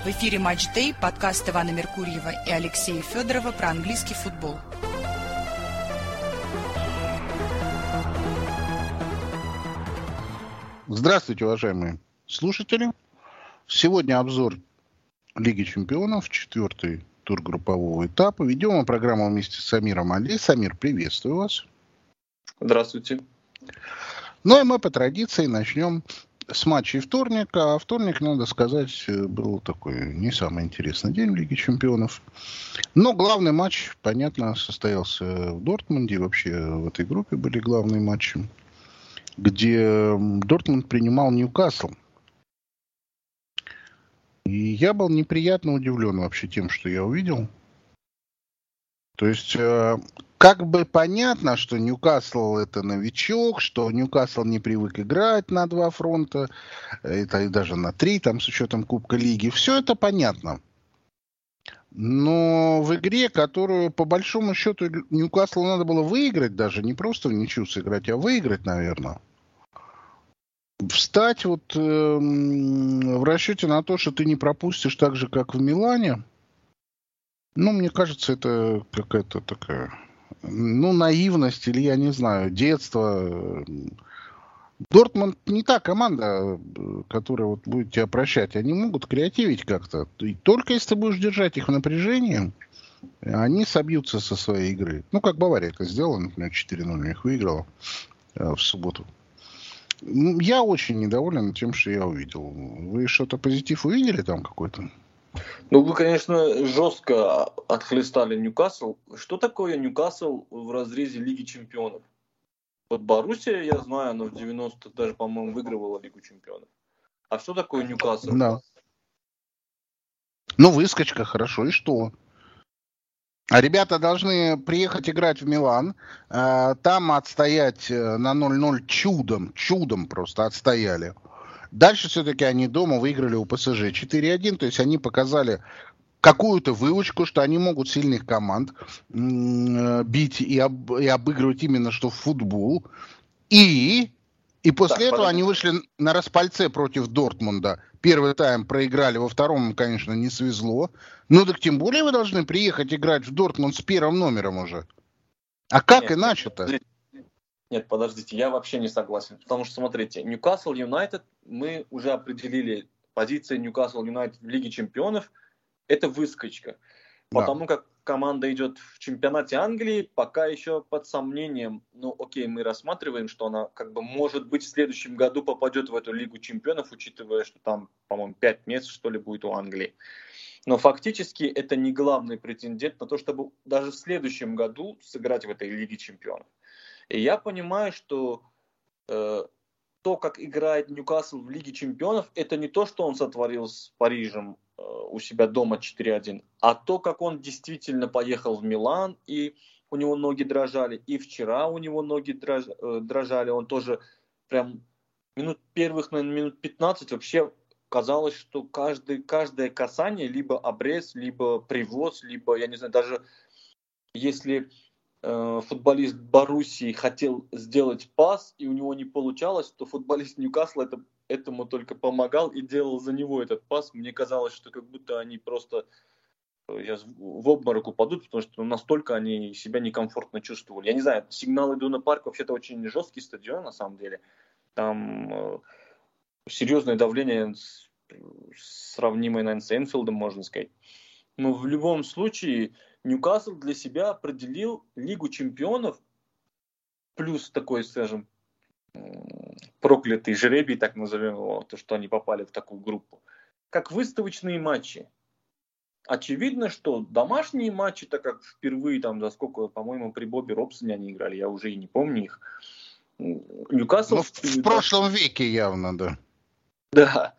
В эфире «Матч Дэй», подкаст Ивана Меркурьева и Алексея Федорова про английский футбол. Здравствуйте, уважаемые слушатели. Сегодня обзор Лиги чемпионов, 4-й тур группового этапа. Ведем мы программу вместе с Самиром Али. Самир, приветствую вас. Здравствуйте. Ну и мы по традиции начнем с матчей вторника. А вторник, надо сказать, был такой не самый интересный день в Лиге чемпионов. Но главный матч, понятно, состоялся в Дортмунде. Вообще в этой группе были главные матчи, где Дортмунд принимал Ньюкасл. И я был неприятно удивлен вообще тем, что я увидел. То есть, как бы понятно, что Ньюкасл это новичок, что Ньюкасл не привык играть на два фронта, это и даже на три, там с учетом Кубка Лиги. Все это понятно. Но в игре, которую по большому счету Ньюкаслу надо было выиграть, даже не просто в ничью сыграть, а выиграть, наверное. Встать вот в расчете на то, что ты не пропустишь так же, как в Милане, ну, мне кажется, это какая-то такая, ну, наивность или, я не знаю, детство. Дортмунд не та команда, которая вот будет тебя прощать. Они могут креативить как-то. И только если ты будешь держать их в напряжении, они собьются со своей игры. Ну, как Бавария это сделала, например, 4-0 у них выиграла в субботу. Я очень недоволен тем, что я увидел. Вы что-то позитив увидели там какой-то? Ну, вы, конечно, жестко отхлестали Ньюкасл. Что такое Ньюкасл в разрезе Лиги чемпионов? Вот Боруссия, я знаю, она в 90-х даже, по-моему, выигрывала Лигу чемпионов. А что такое Ньюкасл? Да. Ну, выскочка, хорошо, и что? А ребята должны приехать играть в Милан, там отстоять на 0-0 чудом просто отстояли. Дальше все-таки они дома выиграли у ПСЖ 4-1, то есть они показали какую-то выучку, что они могут сильных команд бить и обыгрывать именно что в футбол. И после этого они вышли на распальце против Дортмунда. Первый тайм проиграли, во втором, конечно, не свезло. Ну так тем более вы должны приехать играть в Дортмунд с первым номером уже. А как иначе-то? Нет, подождите, я вообще не согласен. Потому что, смотрите, Ньюкасл Юнайтед, мы уже определили позиции Ньюкасл Юнайтед в Лиге чемпионов. Это выскочка. Потому как команда идет в чемпионате Англии, пока еще под сомнением. Ну, окей, мы рассматриваем, что она как бы может быть в следующем году попадет в эту Лигу чемпионов, учитывая, что там, по-моему, 5 мест, что ли, будет у Англии. Но фактически это не главный претендент на то, чтобы даже в следующем году сыграть в этой Лиге чемпионов. И я понимаю, что то, как играет Ньюкасл в Лиге чемпионов, это не то, что он сотворил с Парижем у себя дома 4-1, а то, как он действительно поехал в Милан, и у него ноги дрожали, и вчера у него ноги дрожали, он тоже прям первых, наверное, минут 15 вообще казалось, что каждое касание, либо обрез, либо привоз, либо, я не знаю, даже если футболист Боруссии хотел сделать пас, и у него не получалось, то футболист Ньюкасла этому только помогал и делал за него этот пас. Мне казалось, что как будто они просто в обморок упадут, потому что настолько они себя некомфортно чувствовали. Я не знаю, Сигнал Идуна Парк вообще-то очень жесткий стадион, на самом деле. Там серьезное давление, сравнимое, наверное, с Энфилдом, можно сказать. Но в любом случае Ньюкасл для себя определил Лигу чемпионов, плюс такой, скажем, проклятый жребий, так назовем его, то, что они попали в такую группу, как выставочные матчи. Очевидно, что домашние матчи, так как впервые там за сколько, по-моему, при Бобби Робсоне они играли, я уже и не помню их. Ньюкасл... в прошлом веке явно, да. Да,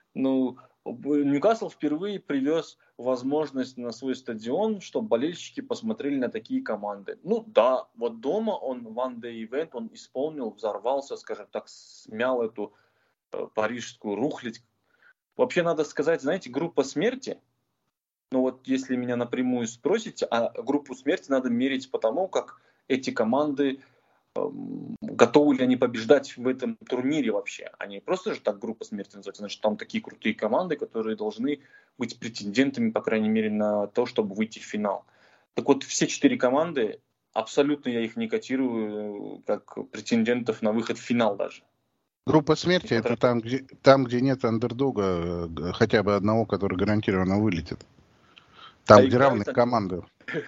Ньюкасл впервые привез возможность на свой стадион, чтобы болельщики посмотрели на такие команды. Ну да, вот дома он One Day Event, он исполнил, взорвался, скажем так, смял эту парижскую рухлядь. Вообще надо сказать, знаете, группа смерти, ну вот если меня напрямую спросите, а группу смерти надо мерить по тому, как эти команды готовы ли они побеждать в этом турнире вообще. Они просто же так группа смерти называется. Значит, там такие крутые команды, которые должны быть претендентами, по крайней мере, на то, чтобы выйти в финал. Так вот, все 4 команды, абсолютно я их не котирую как претендентов на выход в финал даже. Группа смерти — это там, где нет андердога, хотя бы одного, который гарантированно вылетит. Там, где равные команды.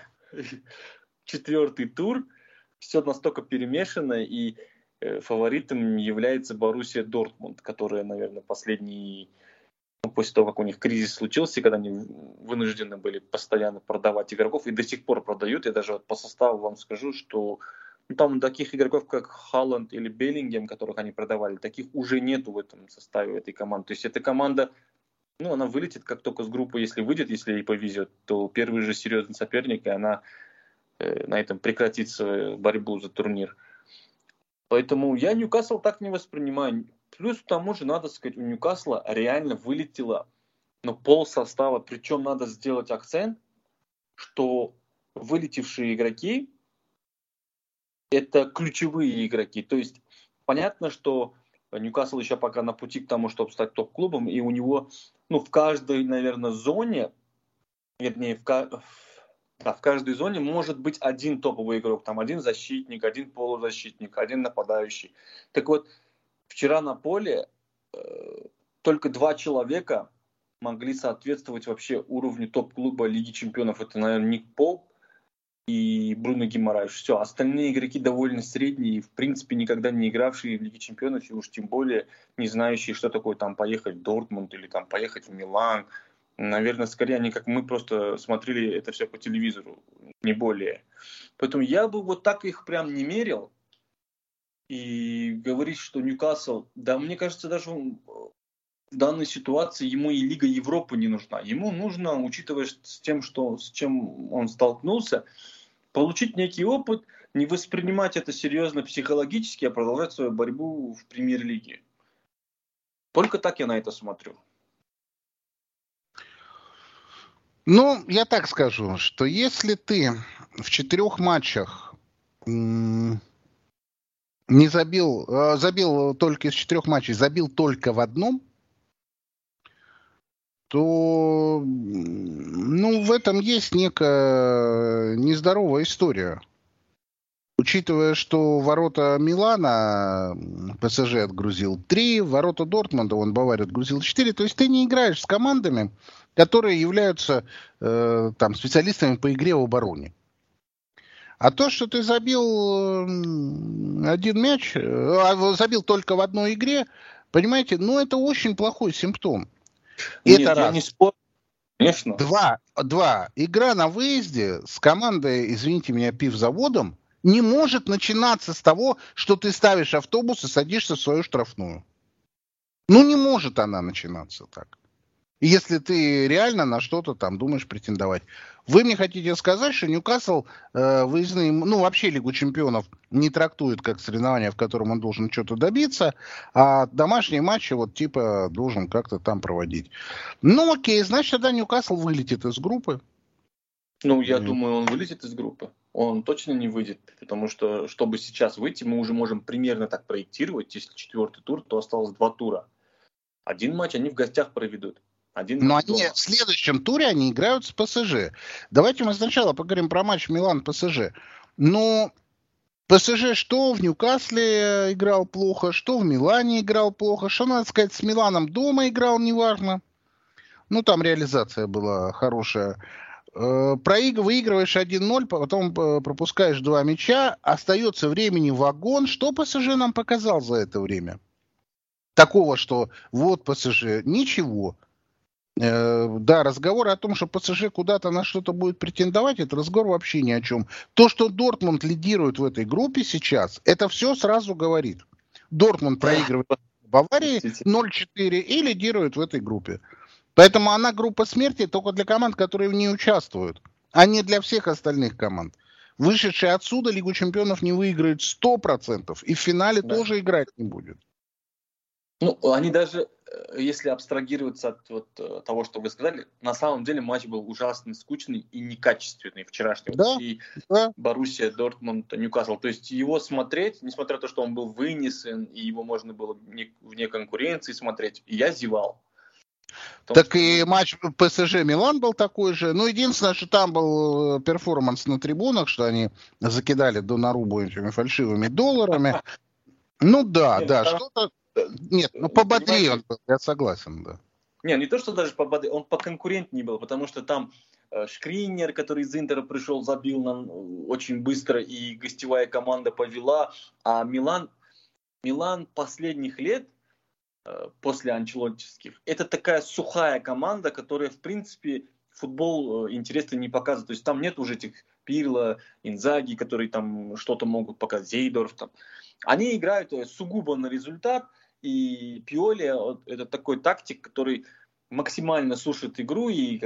4-й тур. Все настолько перемешано, и фаворитом является Боруссия Дортмунд, которая, наверное, последний, после того, как у них кризис случился, когда они вынуждены были постоянно продавать игроков, и до сих пор продают. Я даже по составу вам скажу, что там таких игроков, как Халланд или Беллингем, которых они продавали, таких уже нету в этом составе этой команды. То есть эта команда, она вылетит как только с группы, если выйдет, если ей повезет, то первый же серьезный соперник, и она на этом прекратит свою борьбу за турнир. Поэтому я Ньюкасл так не воспринимаю. Плюс к тому же, надо сказать, у Ньюкасла реально вылетело пол состава. Причем надо сделать акцент, что вылетевшие игроки — это ключевые игроки. То есть понятно, что Ньюкасл еще пока на пути к тому, чтобы стать топ-клубом, и у него в каждой, наверное, зоне, вернее, в каждой зоне может быть один топовый игрок. Там один защитник, один полузащитник, один нападающий. Так вот, вчера на поле только 2 человека могли соответствовать вообще уровню топ-клуба Лиги Чемпионов. Это, наверное, Ник Поп и Бруно Гимараеш. Все, остальные игроки довольно средние, в принципе, никогда не игравшие в Лиге Чемпионов, и уж тем более не знающие, что такое там поехать в Дортмунд или там поехать в Милан. Наверное, скорее они, как мы, просто смотрели это все по телевизору, не более. Поэтому я бы вот так их прям не мерил. И говорить, что Ньюкасл, да, мне кажется, даже в данной ситуации ему и Лига Европы не нужна. Ему нужно, учитывая с тем, с чем он столкнулся, получить некий опыт, не воспринимать это серьезно психологически, а продолжать свою борьбу в премьер-лиге. Только так я на это смотрю. Я так скажу, что если ты в 4 матчах не забил только из 4 матчей, забил только в одном, то в этом есть некая нездоровая история. Учитывая, что ворота Милана ПСЖ отгрузил 3, ворота Дортмунда Баварию отгрузил 4, то есть ты не играешь с командами, которые являются специалистами по игре в обороне. А то, что ты забил один мяч, забил только в одной игре, понимаете, это очень плохой симптом. Нет, это я не спорю. Конечно. 2. Игра на выезде с командой, извините меня, пивзаводом, не может начинаться с того, что ты ставишь автобус и садишься в свою штрафную. Не может она начинаться так. Если ты реально на что-то там думаешь претендовать. Вы мне хотите сказать, что Ньюкасл выездные, вообще Лигу Чемпионов не трактует как соревнование, в котором он должен что-то добиться, а домашние матчи должен как-то там проводить. Окей, значит, тогда Ньюкасл вылетит из группы. Я думаю, он вылетит из группы. Он точно не выйдет, потому что, чтобы сейчас выйти, мы уже можем примерно так проектировать. Если 4-й тур, то осталось 2 тура. Один матч они в гостях проведут. Но они в следующем туре они играют с ПСЖ. Давайте мы сначала поговорим про матч Милан-ПСЖ. ПСЖ что в Ньюкасле играл плохо, что в Милане играл плохо, что, надо сказать, с Миланом дома играл неважно. Там реализация была хорошая. Выигрываешь 1-0, потом пропускаешь 2 мяча, остается времени вагон. Что ПСЖ нам показал за это время? Такого, что ПСЖ, ничего. Да, разговор о том, что ПСЖ куда-то на что-то будет претендовать, это разговор вообще ни о чем. То, что Дортмунд лидирует в этой группе сейчас, это все сразу говорит. Дортмунд проигрывает Баварии 0-4 и лидирует в этой группе. Поэтому она группа смерти только для команд, которые в ней участвуют, а не для всех остальных команд. Вышедшие отсюда Лигу Чемпионов не выиграет 100%, и в финале тоже играть не будет. Они даже если абстрагироваться от того, что вы сказали, на самом деле матч был ужасно скучный и некачественный вчерашний. Да, И да. Боруссия, Дортмунд, Ньюкасл. То есть его смотреть, несмотря на то, что он был вынесен, и его можно было вне конкуренции смотреть, и я зевал. Так и матч ПСЖ-Милан был такой же. Ну, единственное, что там был перформанс на трибунах, что они закидали Доннарумму этими фальшивыми долларами. Ну да, да, что-то... Нет, ну пободрее он был, я согласен, да. Не то, что даже пободрее, он поконкурентнее был, потому что там Шкринер, который из Интера пришел, забил нам очень быстро, и гостевая команда повела. А Милан последних лет, после анчелоттовских, это такая сухая команда, которая, в принципе, футбол интересно не показывает. То есть там нет уже этих Пирло, Инзаги, которые там что-то могут показать, Зейдорф там. Они играют сугубо на результат, и Пиоли это такой тактик, который максимально сушит игру, и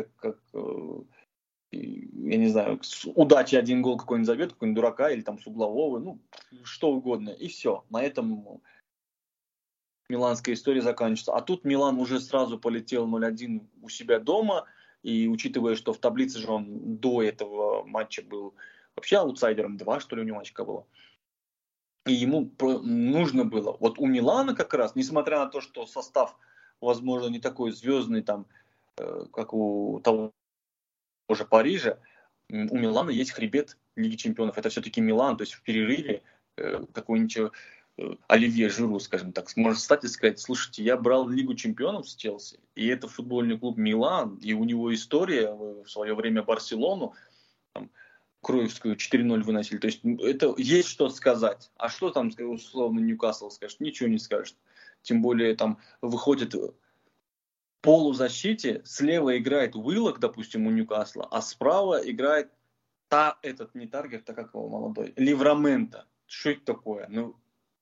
я не знаю, с удачей один гол какой-нибудь забьет, какой-нибудь дурака, или там с углового, ну, что угодно, и все. На этом миланская история заканчивается. А тут Милан уже сразу полетел 0-1 у себя дома, и учитывая, что в таблице же он до этого матча был вообще аутсайдером, 2, что ли, у него очка было. И ему нужно было, вот у Милана как раз, несмотря на то, что состав, возможно, не такой звездный, там, как у того же Парижа, у Милана есть хребет Лиги Чемпионов. Это все-таки Милан, то есть в перерыве какой-нибудь Оливье Жиру, скажем так, может встать и сказать: слушайте, я брал Лигу Чемпионов с Челси, и это футбольный клуб Милан, и у него история в свое время Барселону, там, Кроевскую 4-0 выносили. То есть это есть что сказать. А что там, условно, Ньюкасл скажет? Ничего не скажет. Тем более там выходит в полузащите, слева играет Уиллок, допустим, у Ньюкасла, а справа играет не Таргет, а как его молодой, Ливрамента. Что это такое? Ну,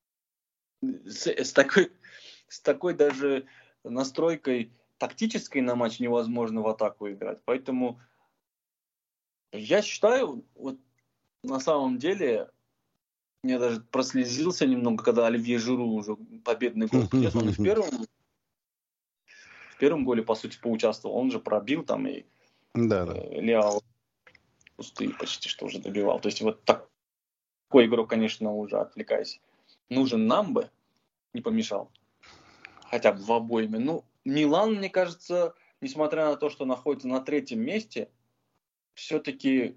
с такой даже настройкой тактической на матч невозможно в атаку играть. Поэтому я считаю, вот на самом деле, я даже прослезился немного, когда Оливье Жиру уже победный гол принес. Он и в первом голе, по сути, поучаствовал. Он же пробил там, и Лео пустые почти что уже добивал. То есть вот такой игрок, конечно, уже отвлекаясь, нужен нам бы, не помешал. Хотя бы в обоими. Ну, Милан, мне кажется, несмотря на то, что находится на 3-м месте, все-таки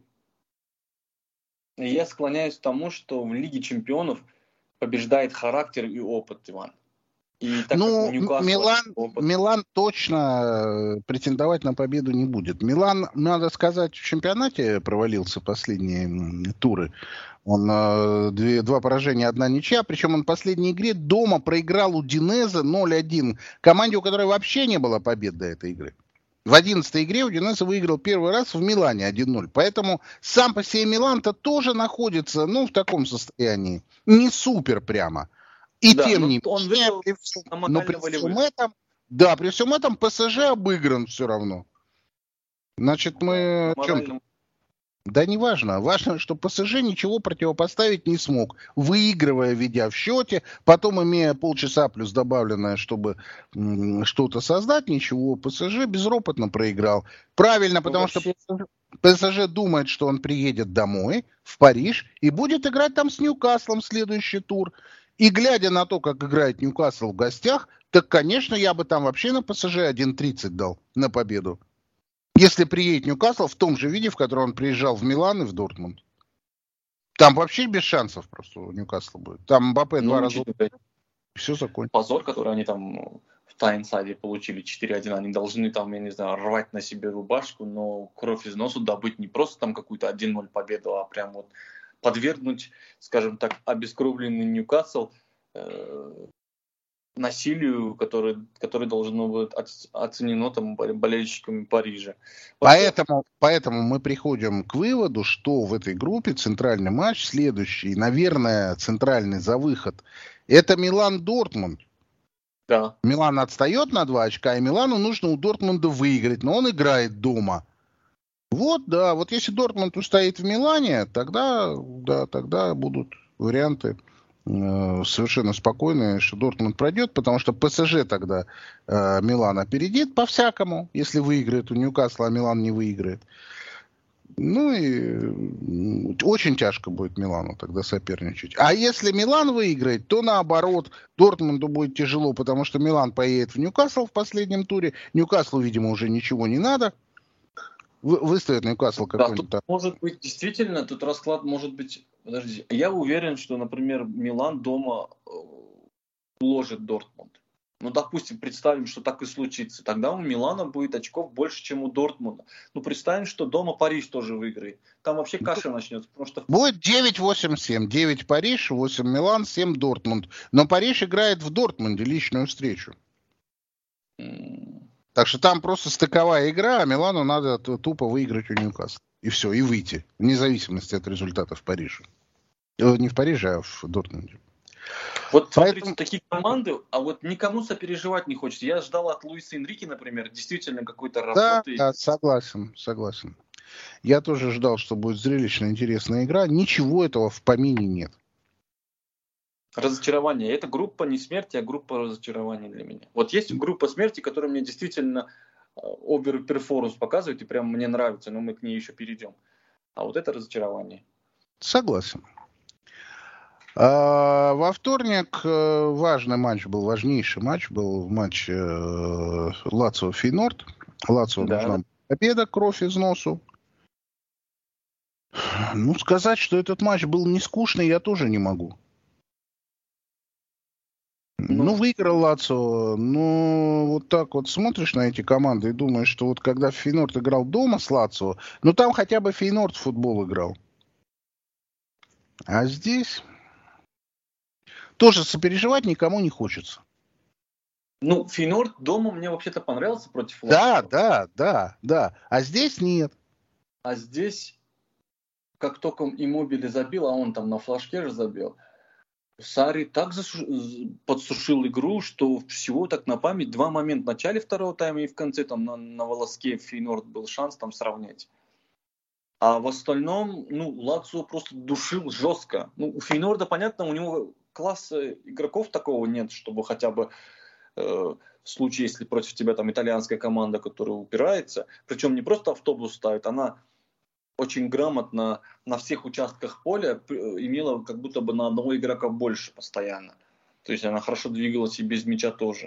я склоняюсь к тому, что в Лиге Чемпионов побеждает характер и опыт, Иван. И так как Милан точно претендовать на победу не будет. Милан, надо сказать, в чемпионате провалился последние туры. Он 2 поражения, 1 ничья. Причем он в последней игре дома проиграл Удинезе 0-1. Команде, у которой вообще не было побед до этой игры. В 11-й игре Удинезе выиграл первый раз в Милане 1-0. Поэтому сам по себе Милан-то тоже находится, в таком состоянии. Не супер прямо. И тем не менее, при всем этом ПСЖ обыгран все равно. Значит, мы о чем? Да не важно. Важно, что ПСЖ ничего противопоставить не смог, выигрывая, ведя в счете, потом имея полчаса плюс добавленное, чтобы что-то создать, ничего. ПСЖ безропотно проиграл. Правильно, потому что ПСЖ думает, что он приедет домой, в Париж, и будет играть там с Ньюкаслом следующий тур. И глядя на то, как играет Ньюкасл в гостях, так, конечно, я бы там вообще на ПСЖ 1.30 дал на победу. Если приедет Ньюкасл в том же виде, в котором он приезжал в Милан и в Дортмунд. Там вообще без шансов просто у Ньюкасла будет. Там Мбаппе 2 раза. Все закончится. Позор, который они там в Тайнсайде получили 4-1. Они должны там, я не знаю, рвать на себе рубашку, но кровь из носу добыть не просто там какую-то 1-0 победу, а прям вот подвергнуть, скажем так, обескровленный Ньюкасл насилию, которое должно быть оценено там болельщиками Парижа. Поэтому мы приходим к выводу, что в этой группе центральный матч, следующий, наверное, центральный за выход, это Милан-Дортмунд. Да. Милан отстает на 2 очка, и Милану нужно у Дортмунда выиграть, но он играет дома. Вот если Дортмунд устоит в Милане, тогда будут варианты совершенно спокойны, что Дортмунд пройдет, потому что ПСЖ тогда Милан опередит по-всякому, если выиграет у Ньюкасла, а Милан не выиграет. Ну и очень тяжко будет Милану тогда соперничать. А если Милан выиграет, то наоборот, Дортмунду будет тяжело, потому что Милан поедет в Ньюкасл в последнем туре. Ньюкаслу, видимо, уже ничего не надо. Выставит Ньюкасл какой-нибудь там. Может быть, действительно, тут расклад может быть... Подожди, я уверен, что, например, Милан дома уложит Дортмунд. Ну, допустим, представим, что так и случится. Тогда у Милана будет очков больше, чем у Дортмунда. Ну, представим, что дома Париж тоже выиграет. Там вообще каша начнется. Потому что... Будет 9-8-7. 9 Париж, 8 Милан, 7 Дортмунд. Но Париж играет в Дортмунде личную встречу. Так что там просто стыковая игра, а Милану надо тупо выиграть у Ньюкасла. И все, и выйти. Вне зависимости от результата в Париже. Не в Париже, а в Дортмунде. Вот смотрите, такие команды, а вот никому сопереживать не хочется. Я ждал от Луиса Энрике, например, действительно какой-то работы. Да, согласен. Я тоже ждал, что будет зрелищная, интересная игра. Ничего этого в помине нет. Разочарование. Это группа не смерти, а группа разочарования для меня. Вот есть группа смерти, которая мне действительно оверперформанс показывает, и прям мне нравится, но мы к ней еще перейдем. А вот это разочарование. Согласен. Во вторник важный матч был, важнейший матч был матч Лацио-Фейнорд. Лацио нужна победа, кровь из носу. Ну, сказать, что этот матч был не скучный, я тоже не могу. Ну, выиграл Лацио, но вот так вот смотришь на эти команды и думаешь, что вот когда Фейнорд играл дома с Лацио, ну там хотя бы Фейнорд в футбол играл. А здесь тоже сопереживать никому не хочется. Ну, Фейнорд дома мне вообще-то понравился против Лацио. Да. А здесь нет. А здесь, как только Иммобиле забил, а он там на флажке же забил, Сарри так подсушил игру, что всего так на память 2 момента в начале второго тайма и в конце там на волоске Фейнорд был шанс там сравнять. А в остальном, Лацио просто душил жестко. У Фейнорда, понятно, у него класса игроков такого нет, чтобы хотя бы в случае, если против тебя там итальянская команда, которая упирается, причем не просто автобус ставит, она очень грамотно на всех участках поля имела как будто бы на одного игрока больше постоянно. То есть она хорошо двигалась и без мяча тоже.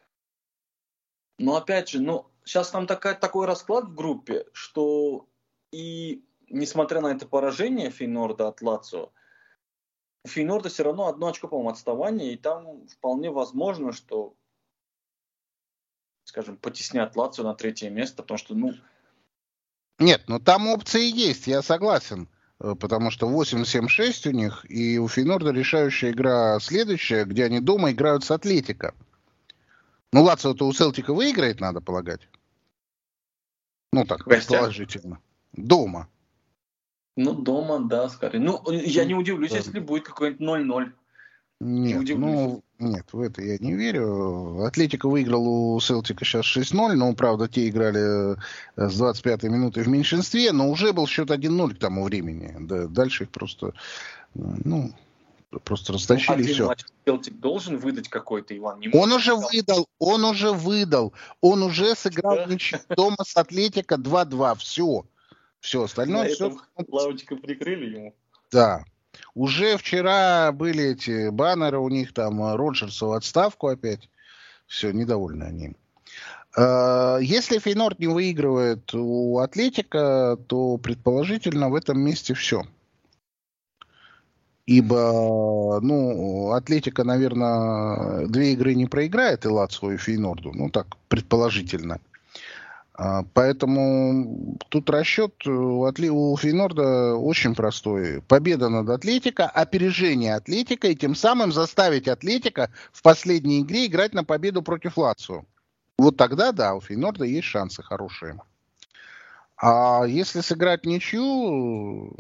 Но опять же, сейчас там такой расклад в группе, что и несмотря на это поражение Фейнорда от Лацио, у Фейнорда все равно 1 очко, по-моему, отставание, и там вполне возможно, что, скажем, потеснят Лацио на 3-е место, потому что, Нет, там опции есть, я согласен. Потому что 8-7-6 у них, и у Фейнорда решающая игра следующая, где они дома играют с Атлетико. Лацио-то у Селтика выиграет, надо полагать. Так, предположительно. Дома. Дома, да, скорее. Я не удивлюсь, если будет какой-нибудь 0-0. Нет, в это я не верю. Атлетико выиграл у Селтика сейчас 6-0, но, правда, те играли с 25-й минуты в меньшинстве, но уже был счет 1-0 к тому времени. Да, дальше их просто растащили, и все. Селтик должен выдать какой-то, Иван? Он уже выдал. Он уже сыграл ничью дома с Атлетико 2-2. Все, остальное все. Лавочку прикрыли ему. Да. Уже вчера были эти баннеры у них, там Роджерсу в отставку опять. Все, недовольны они. Если Фейнорд не выигрывает у Атлетико, то предположительно в этом месте все. Ибо, Атлетико, наверное, 2 игры не проиграет и Лацио, и Фейнорду. Так, предположительно. Поэтому тут расчет у Фейнорда очень простой. Победа над Атлетико, опережение Атлетико, и тем самым заставить Атлетико в последней игре играть на победу против Лацио. Вот тогда, да, у Фейнорда есть шансы хорошие. А если сыграть ничью,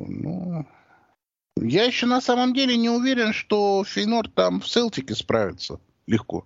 я еще на самом деле не уверен, что Фейнорд там в Селтике справится легко.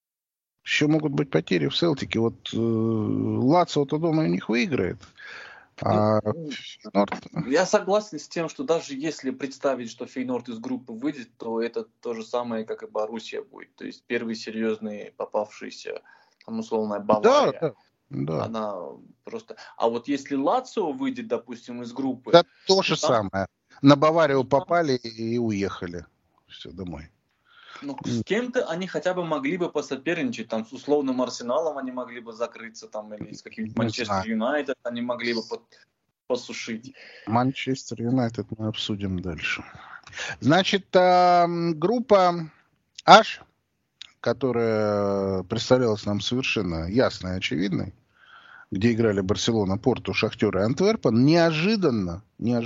Еще могут быть потери в Селтике. Вот Лацио-то дома у них выиграет. Я согласен с тем, что даже если представить, что Фейнорд из группы выйдет, то это то же самое, как и Боруссия будет. То есть первый серьезный попавшийся, там, условная Бавария. Да. Она просто... А вот если Лацио выйдет, допустим, из группы... Да, то же самое. На Баварию попали и уехали. Все, домой. Ну, с кем-то они хотя бы могли бы посоперничать, там, с условным Арсеналом они могли бы закрыться, там, или с каким-нибудь Манчестер Юнайтед они могли бы посушить. Манчестер Юнайтед мы обсудим дальше. Значит, группа H, которая представлялась нам совершенно ясной и очевидной, где играли Барселона, Порту, Шахтер и Антверпен, неожиданно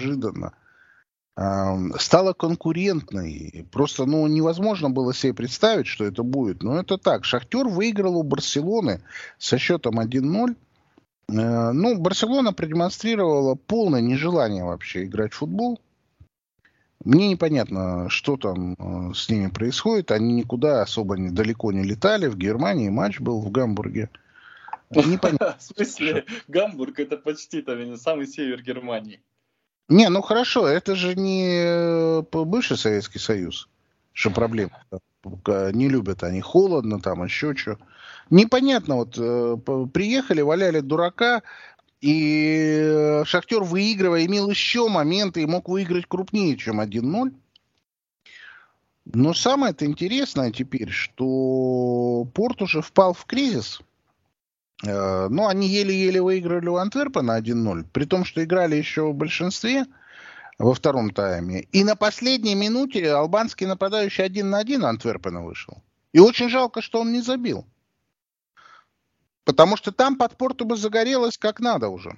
стала конкурентной. Просто невозможно было себе представить, что это будет. Но это так. Шахтер выиграл у Барселоны со счетом 1-0. Барселона продемонстрировала полное нежелание вообще играть в футбол. Мне непонятно, что там с ними происходит. Они никуда особо далеко не летали. В Германии матч был в Гамбурге. Непонятно. В смысле, Гамбург это почти там самый север Германии. Не, хорошо, это же не бывший Советский Союз. Что проблема? Не любят они, холодно там, еще что. Непонятно, приехали, валяли дурака, и Шахтер, выигрывая, имел еще моменты и мог выиграть крупнее, чем 1-0. Но самое-то интересное теперь, что Порт уже впал в кризис. Они еле-еле выиграли у Антверпена 1-0, при том, что играли еще в большинстве во втором тайме. И на последней минуте албанский нападающий 1-1 Антверпена вышел. И очень жалко, что он не забил. Потому что там под Порту бы загорелось как надо уже.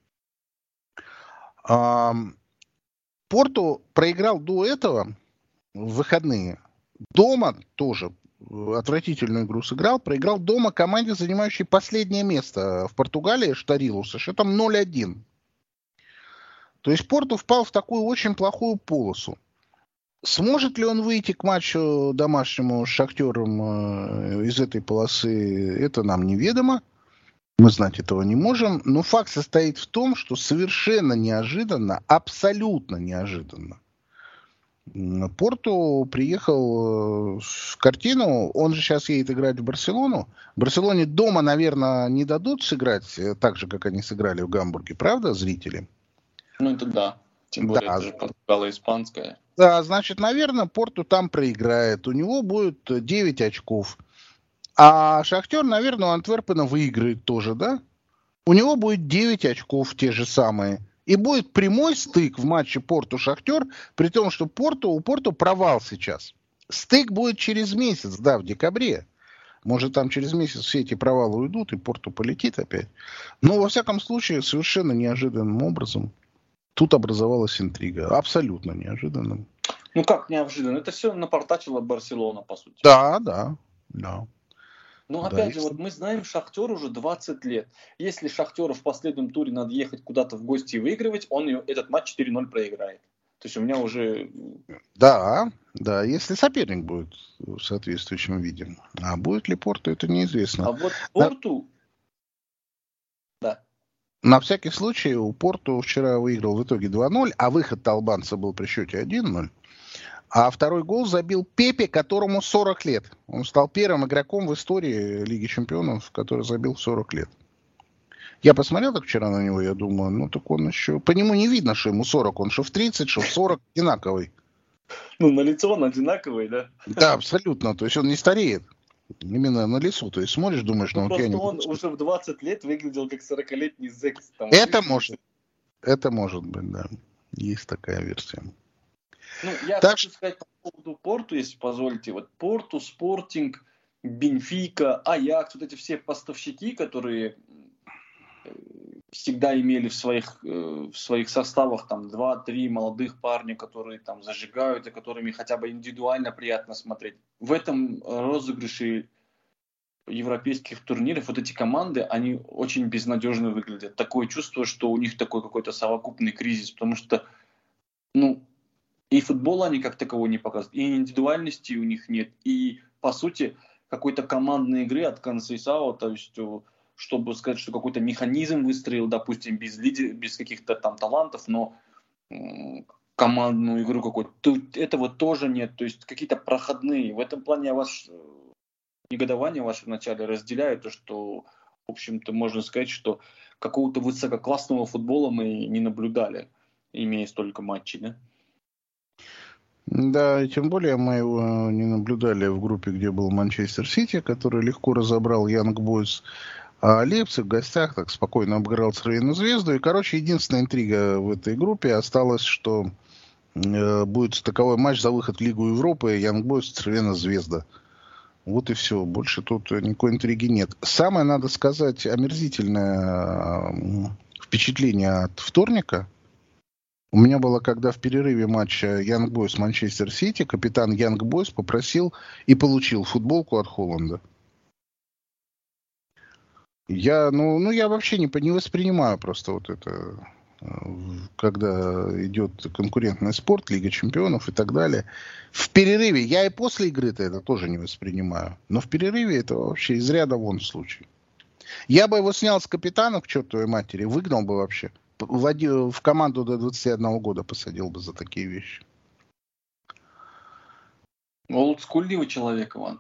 Порту проиграл до этого в выходные. Дома тоже отвратительную игру сыграл. Проиграл дома команде, занимающей последнее место в Португалии, Штарилу, со счетом 0-1. То есть Порту впал в такую очень плохую полосу. Сможет ли он выйти к матчу домашнему с Шахтером из этой полосы, это нам неведомо. Мы знать этого не можем. Но факт состоит в том, что совершенно неожиданно, абсолютно неожиданно, Порту приехал в картину. Он же сейчас едет играть в Барселону. В Барселоне дома, наверное, не дадут сыграть так же, как они сыграли в Гамбурге. Правда, зрители? Это да. Тем более, это же Португалия испанская. Да, значит, наверное, Порту там проиграет. У него будет 9 очков. А Шахтер, наверное, у Антверпена выиграет тоже, да? У него будет 9 очков, те же самые. И будет прямой стык в матче Порту-Шахтер, при том, что у Порту провал сейчас. Стык будет через месяц, да, в декабре. Может, там через месяц все эти провалы уйдут, и Порту полетит опять. Но, во всяком случае, совершенно неожиданным образом тут образовалась интрига. Абсолютно неожиданным. Как неожиданно? Это все напортачила Барселона, по сути. Да. Опять же, мы знаем Шахтер уже 20 лет. Если Шахтеру в последнем туре надо ехать куда-то в гости и выигрывать, он этот матч 4-0 проиграет. То есть у меня уже... Да, если соперник будет в соответствующем виде. А будет ли Порту, это неизвестно. А вот Порту... Да. На всякий случай у Порту вчера выиграл в итоге 2-0, а выход албанца был при счете 1-0. А второй гол забил Пепе, которому 40 лет. Он стал первым игроком в истории Лиги Чемпионов, который забил в 40 лет. Я посмотрел так вчера на него, я думаю, так он еще... По нему не видно, что ему 40. Он что в 30, что в 40 одинаковый. На лицо он одинаковый, да? Да, абсолютно. То есть он не стареет. Именно на лицо. То есть смотришь, думаешь, просто он уже в 20 лет выглядел как 40-летний зэк. Это может быть, да. Есть такая версия. Я хочу сказать по поводу Порту, если позволите. Вот Порту, Спортинг, Бенфика, Аякс, вот эти все поставщики, которые всегда имели в своих составах там 2-3 молодых парня, которые там зажигают, и которыми хотя бы индивидуально приятно смотреть. В этом розыгрыше европейских турниров вот эти команды, они очень безнадежно выглядят. Такое чувство, что у них такой какой-то совокупный кризис, потому что, и футбола они как такового не показывают, и индивидуальности у них нет, и, по сути, какой-то командной игры от Консейсао, то есть чтобы сказать, что какой-то механизм выстроил, допустим, без каких-то там талантов, но командную игру какой-то. Этого тоже нет. То есть какие-то проходные. В этом плане я негодование ваше вначале разделяю, то, что, в общем-то, можно сказать, что какого-то высококлассного футбола мы не наблюдали, имея столько матчей, да? Да, и тем более мы его не наблюдали в группе, где был Манчестер Сити, который легко разобрал Янг Бойс, а Лейпциг в гостях так спокойно обыграл Цервену Звезду. И, короче, единственная интрига в этой группе осталась, что будет таковой матч за выход в Лигу Европы Янг Бойс Цервена Звезда. Вот и все. Больше тут никакой интриги нет. Самое, надо сказать, омерзительное впечатление от вторника у меня было, когда в перерыве матча Янг Бойс Манчестер Сити капитан Янг Бойс попросил и получил футболку от Холланда. Я вообще не воспринимаю просто вот это, когда идет конкурентный спорт, Лига Чемпионов и так далее. В перерыве, я и после игры-то это тоже не воспринимаю, но в перерыве это вообще из ряда вон случай. Я бы его снял с капитана к чертовой матери, выгнал бы вообще. В команду до 21 года посадил бы за такие вещи. Олдскульный человек, Иван.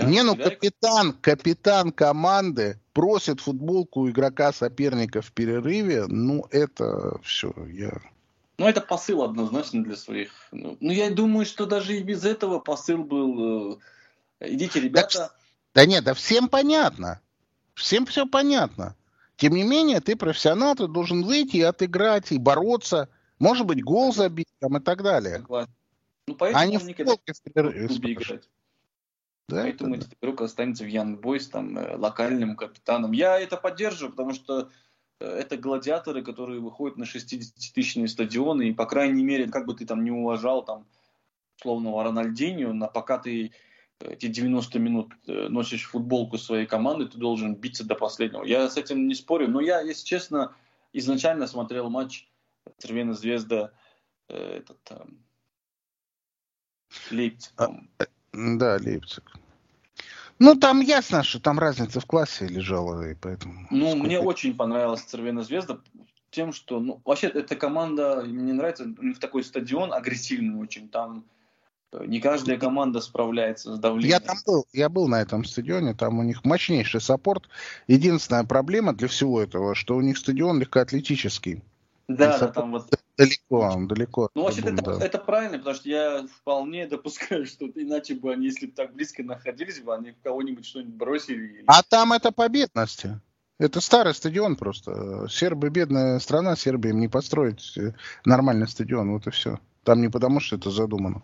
Капитан команды просит футболку игрока соперника в перерыве, это все. Это посыл однозначно для своих. Я думаю, что даже и без этого посыл был. Идите, ребята. Да всем понятно. Всем все понятно. Тем не менее, ты профессионал, ты должен выйти и отыграть, и бороться. Может быть, гол забить там, и так далее. Согласен. Поэтому он никогда не будет играть. Да, поэтому этот игрок останется в Янг Бойс, там, локальным капитаном. Я это поддерживаю, потому что это гладиаторы, которые выходят на 60-тысячные стадионы, и, по крайней мере, как бы ты там не уважал там условного Рональдиньо, пока ты эти 90 минут носишь футболку своей команды, ты должен биться до последнего. Я с этим не спорю, но я, если честно, изначально смотрел матч Цервена Звезда Лейпциг. Да, Лейпциг. Там ясно, что там разница в классе лежала, и поэтому... Мне очень понравилась Цервена Звезда тем, что... вообще, эта команда, мне нравится, у них такой стадион агрессивный очень, там не каждая команда справляется с давлением. Я был на этом стадионе, там у них мощнейший саппорт. Единственная проблема для всего этого, что у них стадион легкоатлетический. Да, там вот... Далеко. Вообще, это правильно, потому что я вполне допускаю, что иначе бы они, если бы так близко находились бы, они в кого-нибудь что-нибудь бросили. А там это по бедности. Это старый стадион просто. Сербы бедная страна, Сербия им не построить нормальный стадион, вот и все. Там не потому, что это задумано.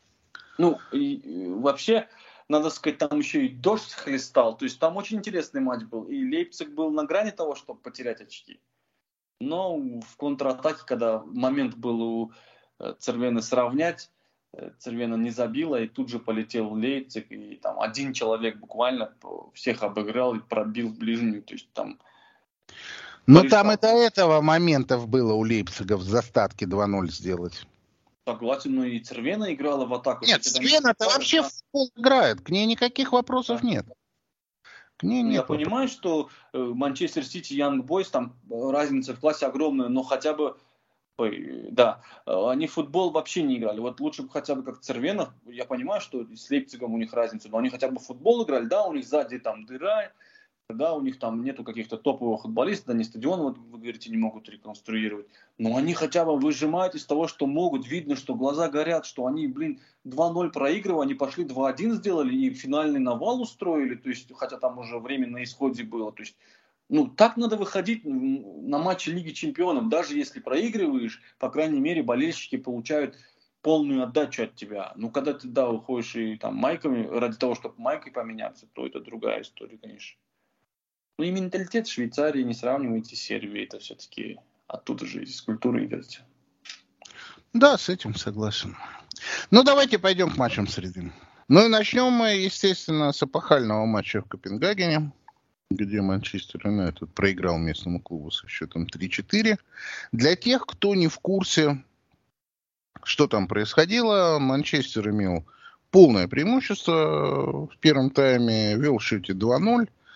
Вообще, надо сказать, там еще и дождь хлестал. То есть там очень интересный матч был. И Лейпциг был на грани того, чтобы потерять очки. Но в контратаке, когда момент был у Цервены сравнять, Цервена не забила, и тут же полетел Лейпциг. И там один человек буквально всех обыграл и пробил в ближнюю. То есть там... там и до этого моментов было у Лейпцига в застатке 2-0 сделать. Согласен, но и Цервена играла в атаку. Нет, Цервена-то вообще в футбол играет. К ней никаких вопросов нет. К ней нет. Я понимаю, что Манчестер Сити, Янг Бойс, там разница в классе огромная, но хотя бы, они в футбол вообще не играли. Вот лучше бы хотя бы как Цервена, я понимаю, что с Лейпцигом у них разница, но они хотя бы в футбол играли, да, у них сзади там дыра, да, у них там нету каких-то топовых футболистов, они стадион, вот вы говорите, не могут реконструировать. Но они хотя бы выжимают из того, что могут. Видно, что глаза горят, что они, 2-0 проигрывали, они пошли 2-1 сделали и финальный навал устроили. То есть, хотя там уже время на исходе было. То есть, так надо выходить на матчи Лиги Чемпионов. Даже если проигрываешь, по крайней мере, болельщики получают полную отдачу от тебя. Когда ты, уходишь и там майками, ради того, чтобы майкой поменяться, то это другая история, конечно. И менталитет Швейцарии не сравнивайте с Сербией, это все-таки оттуда же из культуры идет. Да, с этим согласен. Давайте пойдем к матчам среды. И начнем мы, естественно, с эпохального матча в Копенгагене, где Манчестер Юнайтед проиграл местному клубу со счетом 3-4. Для тех, кто не в курсе, что там происходило, Манчестер имел полное преимущество в первом тайме, вел в счете 2-0.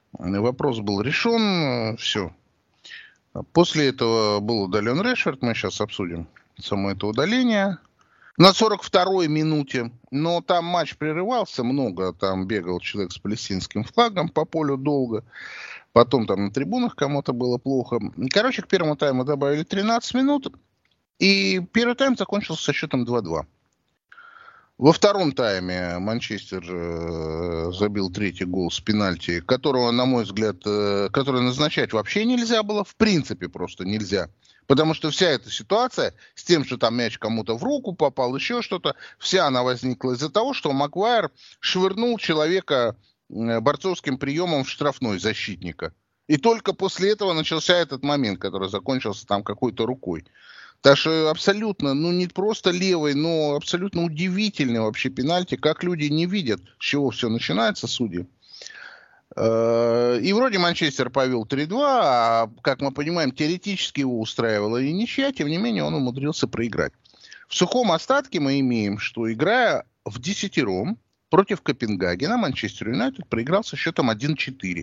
Вопрос был решен, все. После этого был удален Решфорд, мы сейчас обсудим само это удаление. На 42-й минуте, но там матч прерывался много, там бегал человек с палестинским флагом по полю долго, потом там на трибунах кому-то было плохо. Короче, к первому тайму добавили 13 минут, и первый тайм закончился со счетом 2-2. Во втором тайме Манчестер забил третий гол с пенальти, которого, на мой взгляд, который назначать вообще нельзя было, в принципе просто нельзя. Потому что вся эта ситуация с тем, что там мяч кому-то в руку попал, еще что-то, вся она возникла из-за того, что Магуайр швырнул человека борцовским приемом в штрафной защитника. И только после этого начался этот момент, который закончился там какой-то рукой. Так что абсолютно, не просто левый, но абсолютно удивительный вообще пенальти, как люди не видят, с чего все начинается, судьи. И вроде Манчестер повел 3-2, а, как мы понимаем, теоретически его устраивала и ничья, тем не менее он умудрился проиграть. В сухом остатке мы имеем, что играя в десятером против Копенгагена, Манчестер Юнайтед проиграл со счетом 1-4.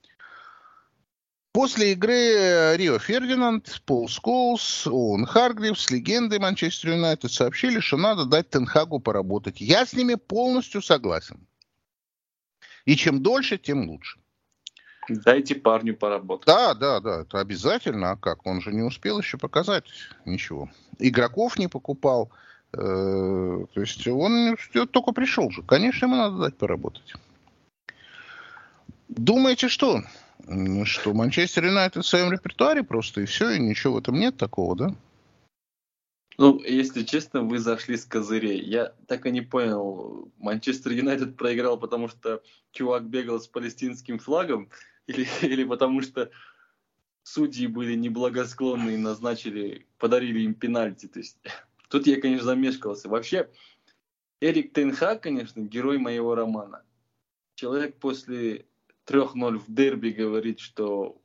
После игры Рио Фердинанд, Пол Сколс, Оуэн Харгривс, легенды Манчестер Юнайтед сообщили, что надо дать Тен Хагу поработать. Я с ними полностью согласен. И чем дольше, тем лучше. Дайте парню поработать. Да, это обязательно. А как? Он же не успел еще показать ничего. Игроков не покупал. То есть он только пришел же. Конечно, ему надо дать поработать. Думаете, что? Что Манчестер Юнайтед в своем репертуаре просто и все, и ничего в этом нет такого, да? Если честно, вы зашли с козырей. Я так и не понял, Манчестер Юнайтед проиграл, потому что чувак бегал с палестинским флагом, или потому что судьи были неблагосклонны и подарили им пенальти. То есть тут я, конечно, замешкался. Вообще, Эрик Тен Хаг, конечно, герой моего романа. Человек после 3-0 в дерби говорит, что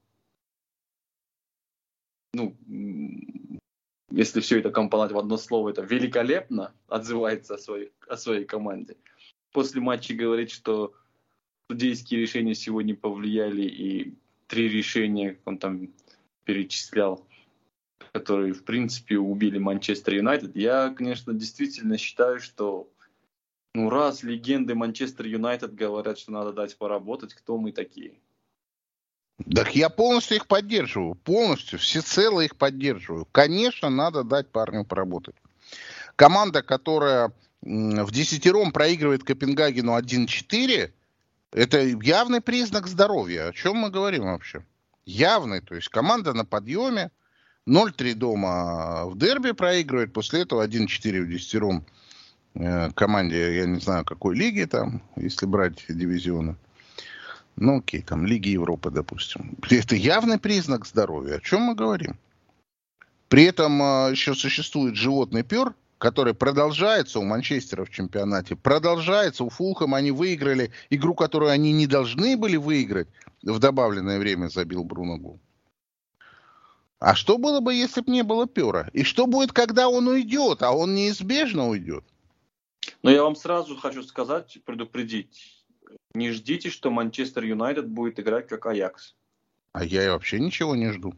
если все это компоновать в одно слово, это великолепно отзывается о своей команде. После матча говорит, что судейские решения сегодня повлияли, и 3 решения он там перечислял, которые, в принципе, убили Манчестер Юнайтед. Я, конечно, действительно считаю, что раз легенды Манчестер Юнайтед говорят, что надо дать поработать, кто мы такие? Так я полностью их поддерживаю. Полностью, всецело их поддерживаю. Конечно, надо дать парню поработать. Команда, которая в десятером проигрывает Копенгагену 1-4, это явный признак здоровья. О чем мы говорим вообще? Явный. То есть команда на подъеме. 0-3 дома в дерби проигрывает. После этого 1-4 в десятером команде, я не знаю, какой лиги там, если брать дивизионы. Окей, там Лиги Европы, допустим. Это явный признак здоровья. О чем мы говорим? При этом еще существует животный пер, который продолжается у Манчестера в чемпионате. Продолжается. У Фулхэма они выиграли игру, которую они не должны были выиграть. В добавленное время забил Бруно гол. А что было бы, если бы не было пера? И что будет, когда он уйдет? А он неизбежно уйдет. Но я вам сразу хочу сказать, предупредить. Не ждите, что Манчестер Юнайтед будет играть как Аякс. А я вообще ничего не жду.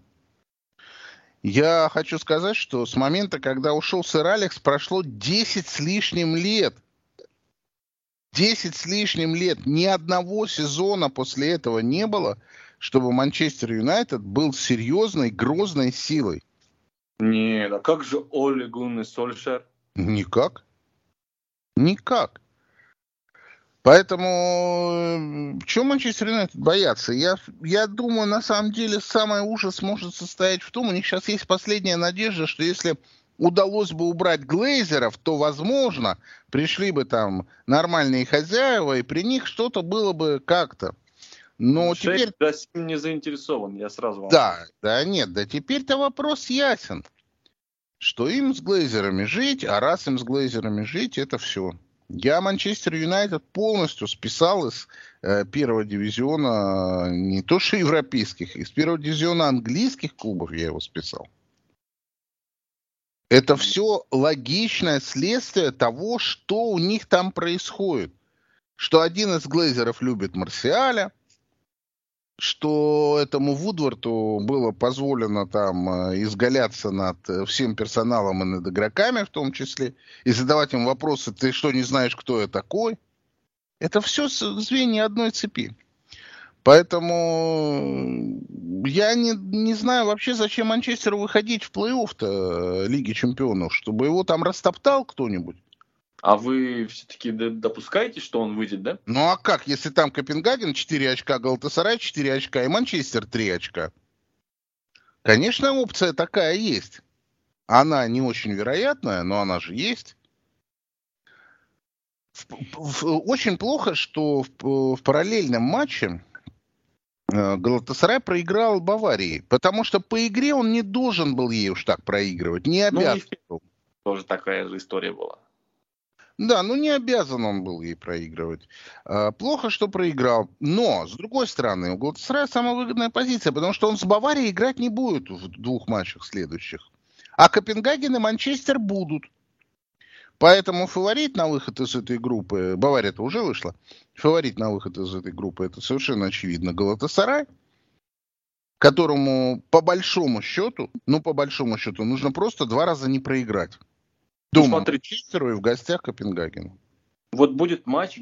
Я хочу сказать, что с момента, когда ушел сэр Алекс, прошло 10 с лишним лет. 10 с лишним лет. Ни одного сезона после этого не было, чтобы Манчестер Юнайтед был серьезной, грозной силой. Нет, а как же Оле Гуннер Сольшер? Никак. Поэтому чего Манчестер Юнайтед боятся? Я думаю, на самом деле, самый ужас может состоять в том, у них сейчас есть последняя надежда, что если удалось бы убрать Глейзеров, то, возможно, пришли бы там нормальные хозяева, и при них что-то было бы как-то. Но теперь... Дасим не заинтересован, я сразу вам... Да теперь-то вопрос ясен. Что им с Глейзерами жить, а раз им с Глейзерами жить, это все. Я Манчестер Юнайтед полностью списал из первого дивизиона, не то что европейских, из первого дивизиона английских клубов я его списал. Это все логичное следствие того, что у них там происходит. Что один из Глейзеров любит Марсиаля, что этому Вудварту было позволено там изгаляться над всем персоналом и над игроками в том числе, и задавать им вопросы: ты что, не знаешь, кто я такой? Это все звенья одной цепи. Поэтому я не знаю вообще, зачем Манчестеру выходить в плей-офф-то Лиги Чемпионов, чтобы его там растоптал кто-нибудь. А вы все-таки допускаете, что он выйдет, да? Ну а как, если там Копенгаген 4 очка, Галатасарай 4 очка и Манчестер 3 очка? Конечно, опция такая есть. Она не очень вероятная, но она же есть. Очень плохо, что в параллельном матче Галатасарай проиграл Баварии, потому что по игре он не должен был ей уж так проигрывать, не обязан. Тоже такая же история была. Да, не обязан он был ей проигрывать. Плохо, что проиграл. Но, с другой стороны, у Галатасарая самая выгодная позиция, потому что он с Баварией играть не будет в 2 матчах следующих. А Копенгаген и Манчестер будут. Поэтому фаворит на выход из этой группы, Бавария-то уже вышла, фаворит на выход из этой группы, это совершенно очевидно Галатасарай, которому по большому счету, нужно просто 2 раза не проиграть. Дома Манчестеру и в гостях Копенгагену. Вот будет матч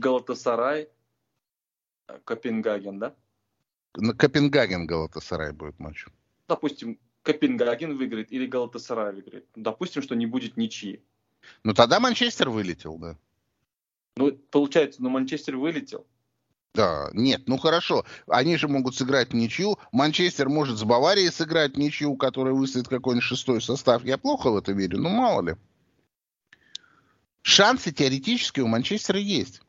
Галатасарай-Копенгаген, да? Копенгаген-Галатасарай будет матч. Допустим, Копенгаген выиграет или Галатасарай выиграет. Допустим, что не будет ничьи. Тогда Манчестер вылетел, да. Получается, Манчестер вылетел. Да, нет, хорошо. Они же могут сыграть в ничью. Манчестер может с Баварией сыграть в ничью, которая выставит какой-нибудь 6-й состав. Я плохо в это верю, мало ли. Шансы теоретически у Манчестера есть.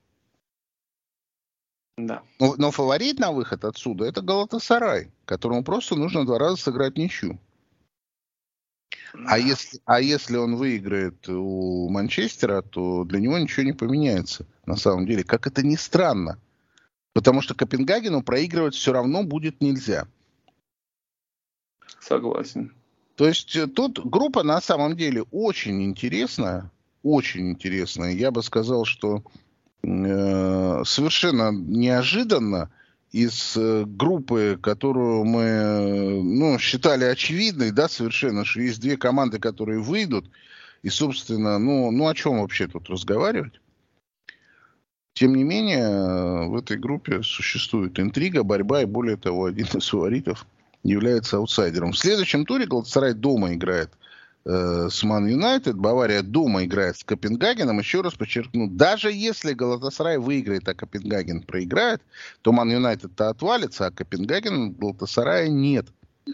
Да. Но фаворит на выход отсюда — это Галатасарай, которому просто нужно 2 раза сыграть ничью. Да. А если он выиграет у Манчестера, то для него ничего не поменяется. На самом деле, как это ни странно. Потому что Копенгагену проигрывать все равно будет нельзя. Согласен. То есть тут группа на самом деле очень интересная. Очень интересная. Я бы сказал, что совершенно неожиданно из группы, которую мы считали очевидной, да, совершенно, что есть 2 команды, которые выйдут, и, собственно, о чем вообще тут разговаривать? Тем не менее, в этой группе существует интрига, борьба, и более того, один из фаворитов является аутсайдером. В следующем туре Галатасарай дома играет с Ман Юнайтед, Бавария дома играет с Копенгагеном. Еще раз подчеркну, даже если Галатасарай выиграет, а Копенгаген проиграет, то Ман Юнайтед-то отвалится, а Копенгаген Галатасарая нет.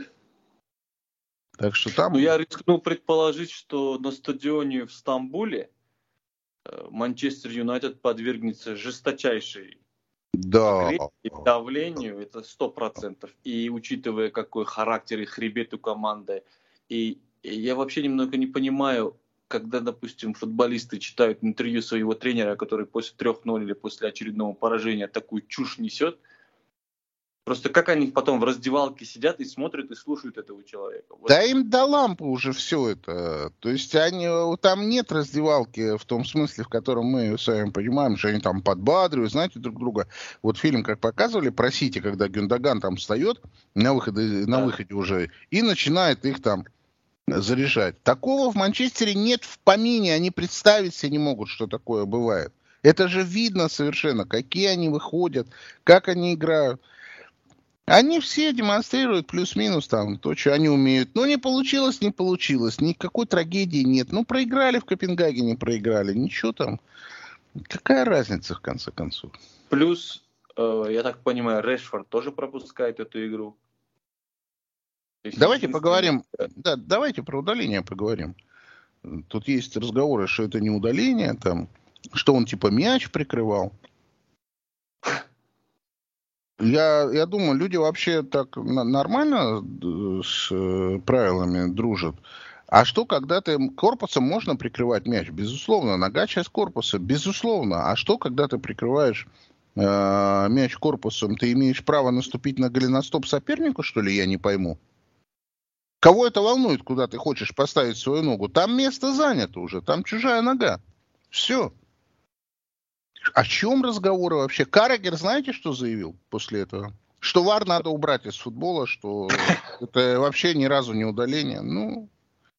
Так что там... Я рискну предположить, что на стадионе в Стамбуле Манчестер Юнайтед подвергнется жесточайшей агрессии, давлению, это 100%. И учитывая, какой характер и хребет у команды, и я вообще немного не понимаю, когда, допустим, футболисты читают интервью своего тренера, который после 3-0 или после очередного поражения такую чушь несет. Просто как они потом в раздевалке сидят и смотрят и слушают этого человека. Да им до лампы уже все это. То есть там нет раздевалки в том смысле, в котором мы с вами понимаем, что они там подбадривают, знаете, друг друга. Вот фильм, как показывали про Сити, когда Гюндоган там встает на выходе уже и начинает их там заряжать. Такого в Манчестере нет в помине, они представить себе не могут, что такое бывает. Это же видно совершенно, какие они выходят, как они играют. Они все демонстрируют плюс-минус там то, что они умеют. Не получилось, никакой трагедии нет. Проиграли в Копенгагене, ничего там. Какая разница, в конце концов? Плюс, я так понимаю, Решфорд тоже пропускает эту игру. Давайте поговорим. Да, давайте про удаление поговорим. Тут есть разговоры, что это не удаление, там, что он типа мяч прикрывал. Я думаю, люди вообще так нормально с правилами дружат. А что, когда ты корпусом можно прикрывать мяч? Безусловно, нога часть корпуса, безусловно. А что, когда ты прикрываешь мяч корпусом, ты имеешь право наступить на голеностоп сопернику, что ли, я не пойму? Кого это волнует, куда ты хочешь поставить свою ногу? Там место занято уже, там чужая нога. Все. О чем разговоры вообще? Каррагер, знаете, что заявил после этого? Что ВАР надо убрать из футбола, что это вообще ни разу не удаление. Ну,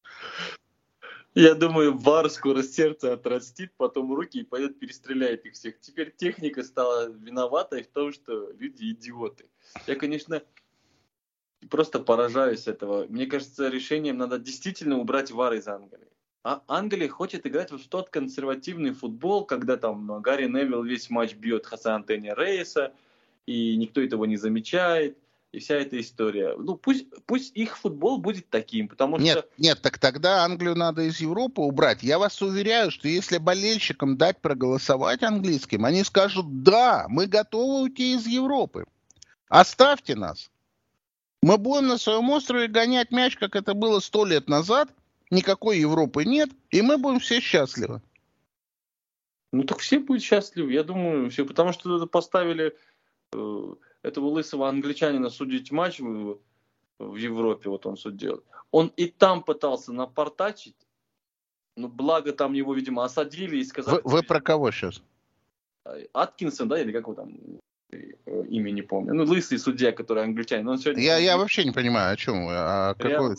Я думаю, ВАР скоро сердце отрастит, потом руки и пойдет перестреляет их всех. Теперь техника стала виноватой в том, что люди идиоты. Я, конечно, просто поражаюсь этого. Мне кажется, решением надо действительно убрать ВАР из Англии. А Англия хочет играть вот в тот консервативный футбол, когда там Гарри Невилл весь матч бьет Хосе Антонио Рейса, и никто этого не замечает, и вся эта история. Ну, пусть их футбол будет таким, потому что... Нет, так тогда Англию надо из Европы убрать. Я вас уверяю, что если болельщикам дать проголосовать английским, они скажут, да, мы готовы уйти из Европы. Оставьте нас. Мы будем на своем острове гонять мяч, как это было 100 лет назад. Никакой Европы нет, и мы будем все счастливы. Ну так все будут счастливы, я думаю, все, потому что поставили этого лысого англичанина судить матч в Европе, вот он судил. Он и там пытался напортачить, но благо там его, видимо, осадили и сказали... Вы про кого сейчас? Аткинсон, да, или как его там имя не помню. Ну, лысый судья, который англичанин. Он сегодня... Я вообще не понимаю, о чем вы. Какой...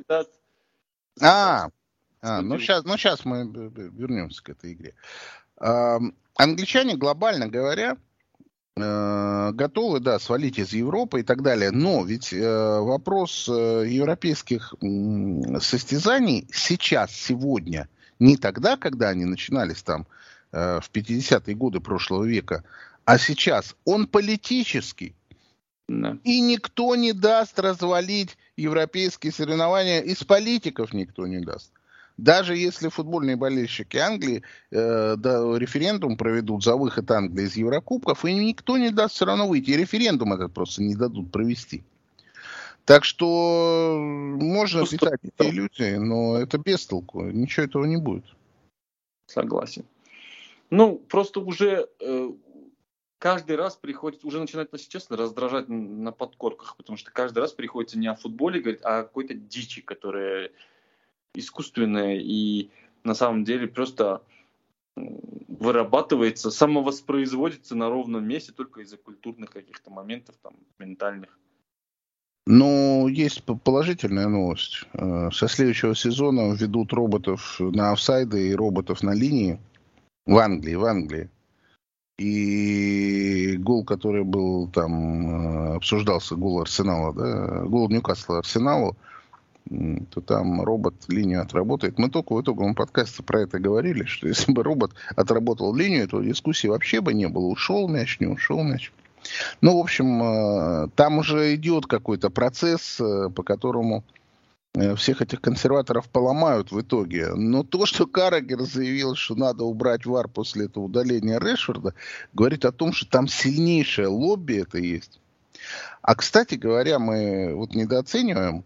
Ну сейчас мы вернемся к этой игре. Англичане, глобально говоря, готовы, да, свалить из Европы и так далее. Но ведь вопрос европейских состязаний сейчас, сегодня, не тогда, когда они начинались там в 50-е годы прошлого века, а сейчас он политический. Да. И никто не даст развалить европейские соревнования, из политиков никто не даст. Даже если футбольные болельщики Англии референдум проведут за выход Англии из Еврокубков, и никто не даст все равно выйти. И референдум этот просто не дадут провести. Так что можно питать эти иллюзии, но это бестолку. Ничего этого не будет. Согласен. Ну, просто уже каждый раз приходится, уже начинает, если честно, раздражать на подкорках, потому что каждый раз приходится не о футболе говорить, а о какой-то дичи, которая искусственная и на самом деле просто вырабатывается, самовоспроизводится на ровном месте только из-за культурных каких-то моментов, там, ментальных. Ну, есть положительная новость. Со следующего сезона введут роботов на офсайды и роботов на линии в Англии. И гол, который был там, обсуждался, гол Арсенала, да, гол Ньюкасла Арсеналу, то там робот линию отработает. Мы только в итоговом подкасте про это говорили, что если бы робот отработал линию, то дискуссии вообще бы не было. Ушел мяч, не ушел мяч. Ну, в общем, там уже идет какой-то процесс, по которому всех этих консерваторов поломают в итоге. Но то, что Каррагер заявил, что надо убрать ВАР после этого удаления Решфорда, говорит о том, что там сильнейшее лобби это есть. А, кстати говоря, мы вот недооцениваем,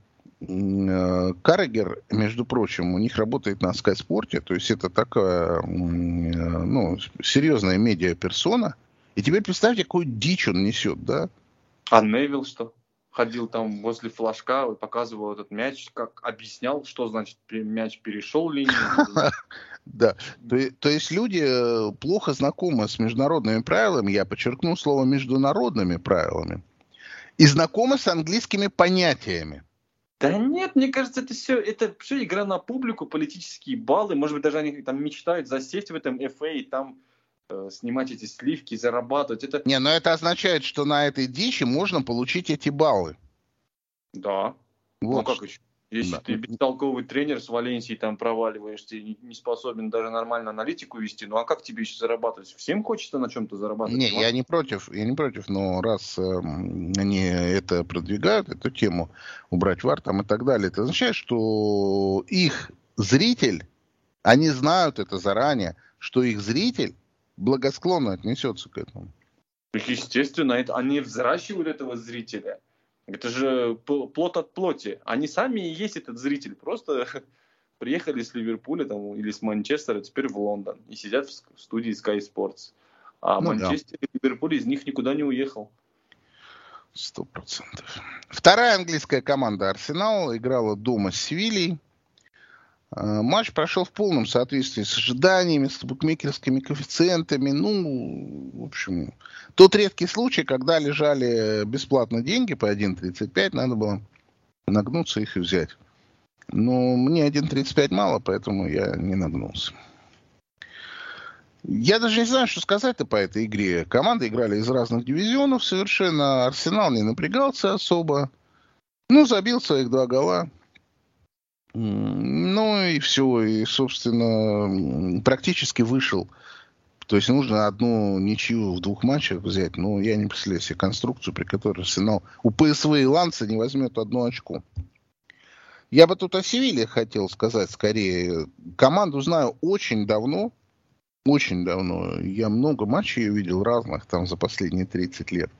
Каррагер, между прочим, у них работает на Sky Sport, то есть это такая, ну, серьезная медиаперсона. И теперь представьте, какую дичь он несет, да? А Невилл что? Ходил там возле флажка, показывал этот мяч, как объяснял, что значит мяч перешел линию. Да, то есть люди плохо знакомы с международными правилами, я подчеркну слово международными правилами, и знакомы с английскими понятиями. Да нет, мне кажется, это все игра на публику, политические баллы. Может быть, даже они там мечтают засесть в этом FA и там снимать эти сливки, зарабатывать. Это... Не, но это означает, что на этой дичи можно получить эти баллы. Да. Вот. Ну как еще? Если ты бестолковый тренер с Валенсией там проваливаешься и не способен даже нормально аналитику вести, ну а как тебе еще зарабатывать? Всем хочется на чем-то зарабатывать? Не, я не против, но раз они это продвигают, эту тему, убрать ВАР там и так далее, это означает, что их зритель, они знают это заранее, что их зритель благосклонно отнесется к этому. Естественно, они взращивают этого зрителя. Это же плод от плоти. Они сами и есть этот зритель. Просто приехали с Ливерпуля там, или с Манчестера, теперь в Лондон. И сидят в студии Sky Sports. А Манчестер и Ливерпуль из них никуда не уехал. 100%. Вторая английская команда Арсенал играла дома с Севильей. Матч прошел в полном соответствии с ожиданиями, с букмекерскими коэффициентами. Ну, в общем, тот редкий случай, когда лежали бесплатно деньги по 1.35, надо было нагнуться их и взять. Но мне 1.35 мало, поэтому я не нагнулся. Я даже не знаю, что сказать-то по этой игре. Команды играли из разных дивизионов совершенно. Арсенал не напрягался особо. Ну, забил своих 2 гола. Ну и все. И, собственно, практически вышел. То есть нужно одну ничью в 2 матчах взять. Но я не представляю себе конструкцию, при которой Арсенал у ПСВ и Ланца не возьмет 1 очко. Я бы тут о Севилье хотел сказать скорее. Команду знаю очень давно. Очень давно. Я много матчей видел разных там за последние 30 лет.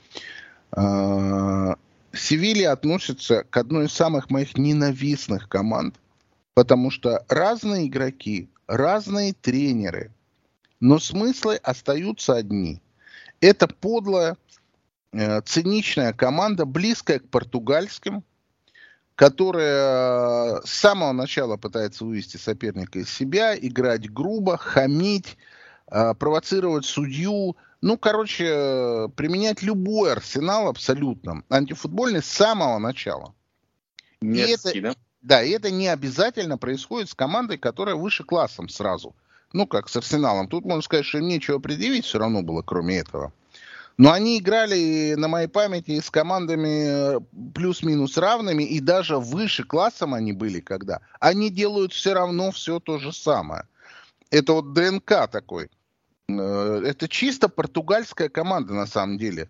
Севилья относится к одной из самых моих ненавистных команд, потому что разные игроки, разные тренеры, но смыслы остаются одни. Это подлая, циничная команда, близкая к португальским, которая с самого начала пытается вывести соперника из себя, играть грубо, хамить, провоцировать судью. Ну, короче, применять любой арсенал абсолютно антифутбольный с самого начала. Мерзкий, да? Да, и это не обязательно происходит с командой, которая выше классом сразу. Ну, как с Арсеналом. Тут можно сказать, что им нечего предъявить все равно было, кроме этого. Но они играли, на моей памяти, с командами плюс-минус равными, и даже выше классом они были когда. Они делают все равно все то же самое. Это вот ДНК такой. Это чисто португальская команда, на самом деле.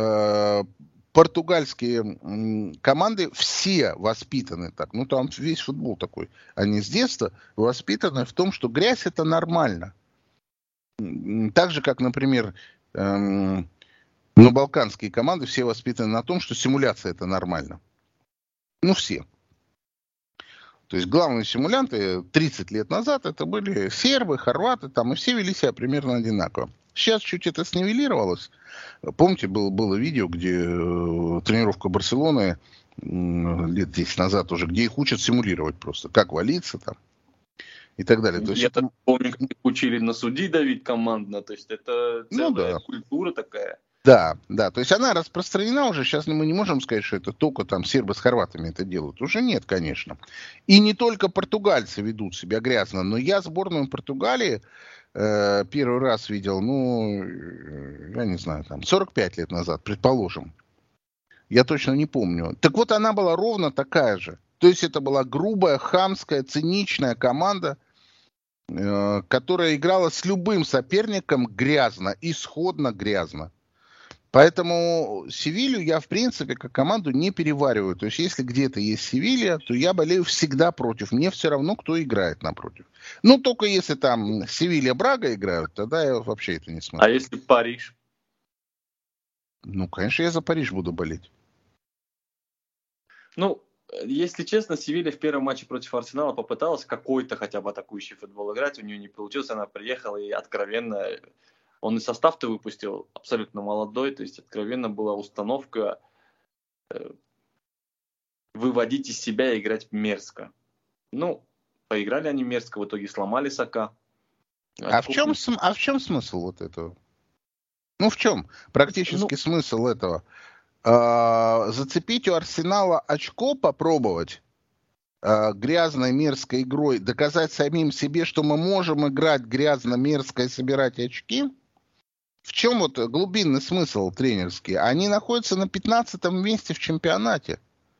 Португальские команды все воспитаны так. Ну, там весь футбол такой. Они с детства воспитаны в том, что грязь – это нормально. Так же, как, например, балканские команды все воспитаны на том, что симуляция – это нормально. Ну, все. То есть главные симулянты 30 лет назад это были сербы, хорваты, там, и все вели себя примерно одинаково. Сейчас чуть это снивелировалось. Помните, было видео, где тренировка Барселоны лет 10 назад уже, где их учат симулировать просто, как валиться там и так далее. То есть я так помню, как их учили на судьи давить командно, то есть это целая культура такая. Да, то есть она распространена уже, сейчас мы не можем сказать, что это только там сербы с хорватами это делают. Уже нет, конечно. И не только португальцы ведут себя грязно, но я сборную Португалии первый раз видел, я не знаю, там 45 лет назад, предположим. Я точно не помню. Так вот, она была ровно такая же. То есть это была грубая, хамская, циничная команда, которая играла с любым соперником грязно, исходно грязно. Поэтому Севилью я, в принципе, как команду не перевариваю. То есть, если где-то есть Севилья, то я болею всегда против. Мне все равно, кто играет напротив. Ну, только если там Севилья-Брага играют, тогда я вообще это не смотрю. А если Париж? Ну, конечно, я за Париж буду болеть. Ну, если честно, Севилья в первом матче против Арсенала попыталась какой-то хотя бы атакующий футбол играть. У нее не получилось, она приехала и откровенно... Он и состав-то выпустил абсолютно молодой, то есть откровенно была установка выводить из себя и играть мерзко. Ну, поиграли они мерзко, в итоге сломали Сака. А в чем смысл вот этого? Ну, в чем практически смысл этого? Зацепить у Арсенала очко, попробовать грязной, мерзкой игрой, доказать самим себе, что мы можем играть грязно, мерзко и собирать очки? В чем вот глубинный смысл тренерский? Они находятся на 15-м месте в чемпионате.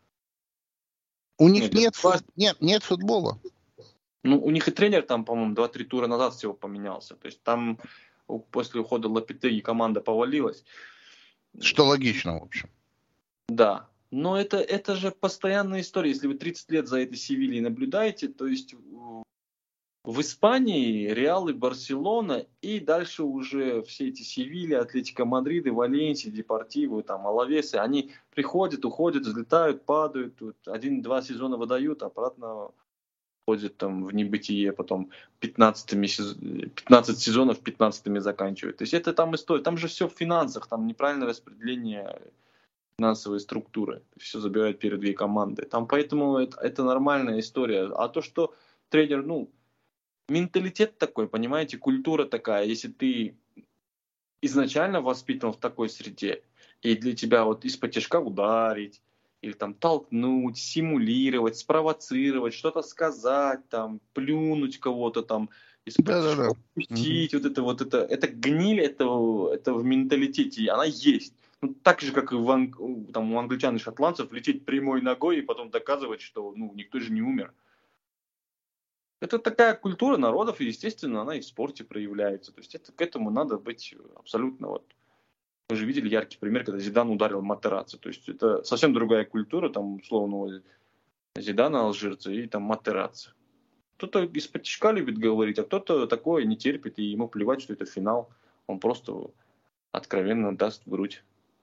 У них нет футбола. Ну, у них и тренер там, по-моему, 2-3 тура назад всего поменялся. То есть там после ухода Лопетеги команда повалилась. Что логично, в общем. Да. Но это же постоянная история. Если вы 30 лет за этой Севильей наблюдаете, то есть... В Испании Реал и Барселона, и дальше уже все эти Севилья, Атлетико Мадриды, Валенсия, Депортиво, там, Алавесы, они приходят, уходят, взлетают, падают, 1-2 сезона выдают, обратно ходят там в небытие, потом 15 сезонов 15-ми заканчивают. То есть это там история, там же все в финансах, там неправильное распределение финансовой структуры, все забирают первые 2 команды. Там поэтому это нормальная история. А то, что тренер, ну, менталитет такой, понимаете, культура такая. Если ты изначально воспитан в такой среде, и для тебя вот из-под тяжка ударить, или там толкнуть, симулировать, спровоцировать, что-то сказать, там, плюнуть кого-то там, из-под тяжка опустить, вот это гниль, это в менталитете, и она есть. Ну, так же, как и там, у англичан и шотландцев, лететь прямой ногой и потом доказывать, что ну, никто же не умер. Это такая культура народов, и, естественно, она и в спорте проявляется. То есть к этому надо быть абсолютно вот. Вы же видели яркий пример, когда Зидан ударил Матерацци. То есть это совсем другая культура, там, условно, Зидана, алжирца и там Матерацци. Кто-то из-под тишка любит говорить, а кто-то такое не терпит, и ему плевать, что это финал. Он просто откровенно даст в грудь.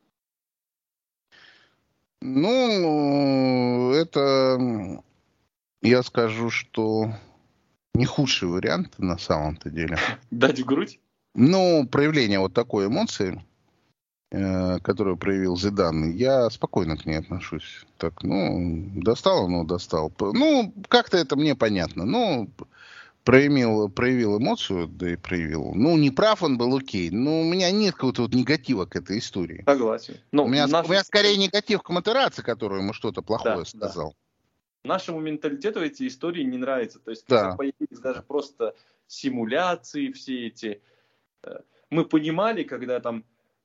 Ну, это, я скажу, что не худший вариант на самом-то деле. Дать в грудь? Ну, проявление вот такой эмоции, которую проявил Зидан, я спокойно к ней отношусь. Так, ну, достал, достал. Ну, как-то это мне понятно. Ну, проявил эмоцию, да и проявил. Ну, не прав он был, окей. Но у меня нет какого-то вот негатива к этой истории. Согласен. Ну, у меня скорее негатив к Матерацци, который ему что-то плохое сказал. Да. Нашему менталитету эти истории не нравятся. То есть, да. когда появились даже просто симуляции все эти. Мы понимали, когда там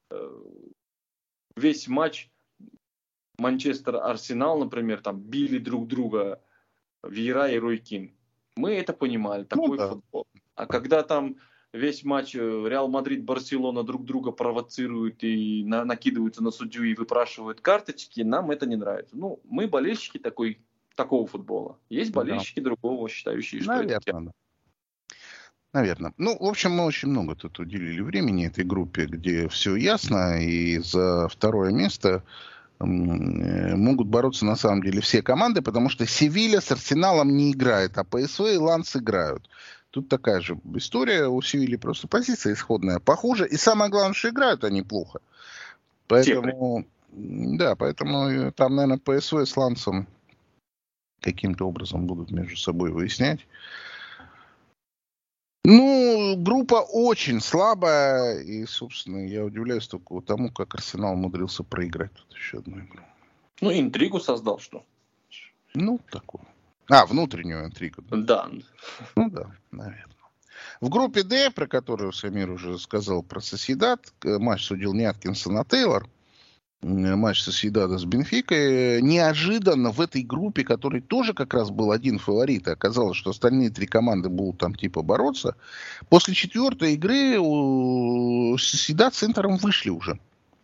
весь матч Манчестер-Арсенал, например, там били друг друга Вейра и Рой Кин. Мы это понимали, такой футбол. А когда там весь матч Реал Мадрид-Барселона друг друга провоцируют и накидываются на судью и выпрашивают карточки, нам это не нравится. Ну, мы болельщики такого футбола. Есть болельщики другого, считающие, что это... Наверное. Ну, в общем, мы очень много тут уделили времени этой группе, где все ясно, и за второе место могут бороться на самом деле все команды, потому что Севилья с Арсеналом не играет, а ПСВ и Ланс играют. Тут такая же история, у Севильи просто позиция исходная похуже, и самое главное, что играют они плохо. Поэтому, поэтому там, наверное, ПСВ с Лансом каким-то образом будут между собой выяснять. Ну, группа очень слабая, и, собственно, я удивляюсь только тому, как Арсенал умудрился проиграть тут еще одну игру. Ну, интригу создал, что? Ну, такую. Внутреннюю интригу. Да. Ну, да, наверное. В группе D, про которую Самир уже сказал, про Сосьедад, матч судил не Аткинсон, а Тейлор. Матч Сосьедада с Бенфикой. Неожиданно в этой группе, который тоже как раз был один фаворит, и оказалось, что остальные три команды будут там типа бороться, после четвертой игры у Сосьедад с Интером вышли уже.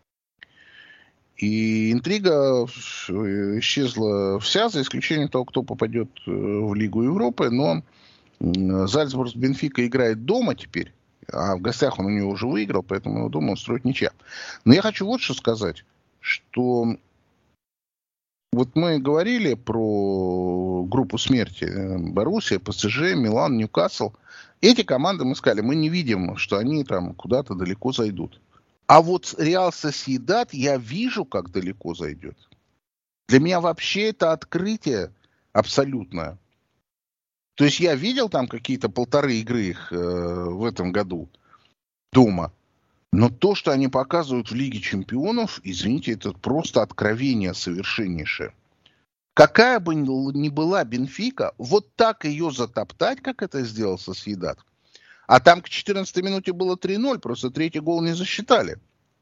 И интрига исчезла вся, за исключением того, кто попадет в Лигу Европы. Но Зальцбург с Бенфикой играет дома теперь, а в гостях он у него уже выиграл, поэтому его дома устроить ничья. Но я хочу вот что сказать, что вот мы говорили про группу смерти: Боруссия, ПСЖ, Милан, Ньюкасл. Эти команды мы сказали, мы не видим, что они там куда-то далеко зайдут. А вот Реал Сосьедад я вижу, как далеко зайдет. Для меня вообще это открытие абсолютное. То есть я видел там какие-то 1,5 игры их в этом году дома. Но то, что они показывают в Лиге Чемпионов, извините, это просто откровение совершеннейшее. Какая бы ни была Бенфика, вот так ее затоптать, как это сделал Сосьедад. А там к 14-й минуте было 3-0, просто третий гол не засчитали.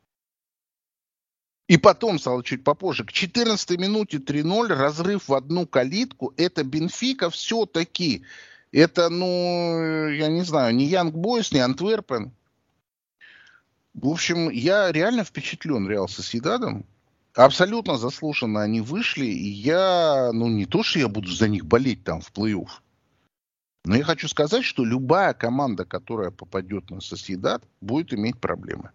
И потом стало чуть попозже. К 14-й минуте 3-0, разрыв в одну калитку. Это Бенфика все-таки. Это, я не знаю, не Янг Бойс, не Антверпен. В общем, я реально впечатлен Реал Сосьедадом. Абсолютно заслуженно они вышли. И я, не то, что я буду за них болеть там в плей-офф. Но я хочу сказать, что любая команда, которая попадет на Сосьедад, будет иметь проблемы.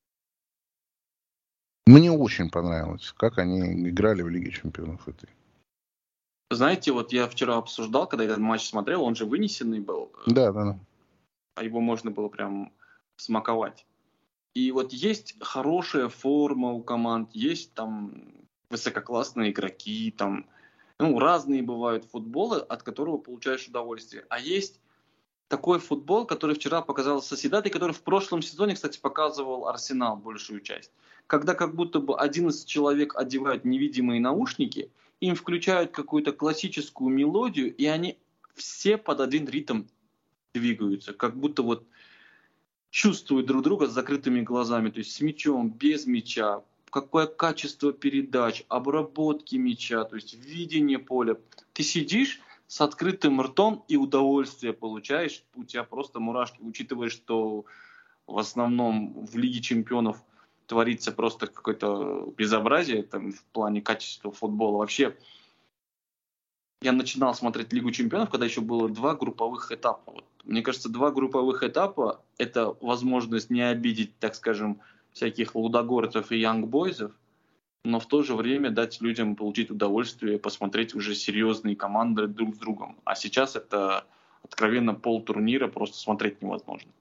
Мне очень понравилось, как они играли в Лиге Чемпионов этой. Знаете, вот я вчера обсуждал, когда этот матч смотрел, он же вынесенный был. Да. А его можно было прям смаковать. И вот есть хорошая форма у команд, есть там высококлассные игроки, там разные бывают футболы, от которого получаешь удовольствие. А есть такой футбол, который вчера показал Сосьедад, и который в прошлом сезоне, кстати, показывал Арсенал большую часть. Когда как будто бы 11 человек одевают невидимые наушники, им включают какую-то классическую мелодию, и они все под один ритм двигаются. Как будто вот чувствуют друг друга с закрытыми глазами. То есть с мячом, без мяча. Какое качество передач, обработки мяча, то есть видение поля. Ты сидишь с открытым ртом и удовольствие получаешь. У тебя просто мурашки, учитывая, что в основном в Лиге Чемпионов творится просто какое-то безобразие там, в плане качества футбола. Вообще, я начинал смотреть Лигу Чемпионов, когда еще было 2 групповых этапа. Вот, мне кажется, 2 групповых этапа – это возможность не обидеть, так скажем, всяких лудогорцев и янгбойзов, но в то же время дать людям получить удовольствие, посмотреть уже серьезные команды друг с другом. А сейчас это откровенно полтурнира, просто смотреть невозможно.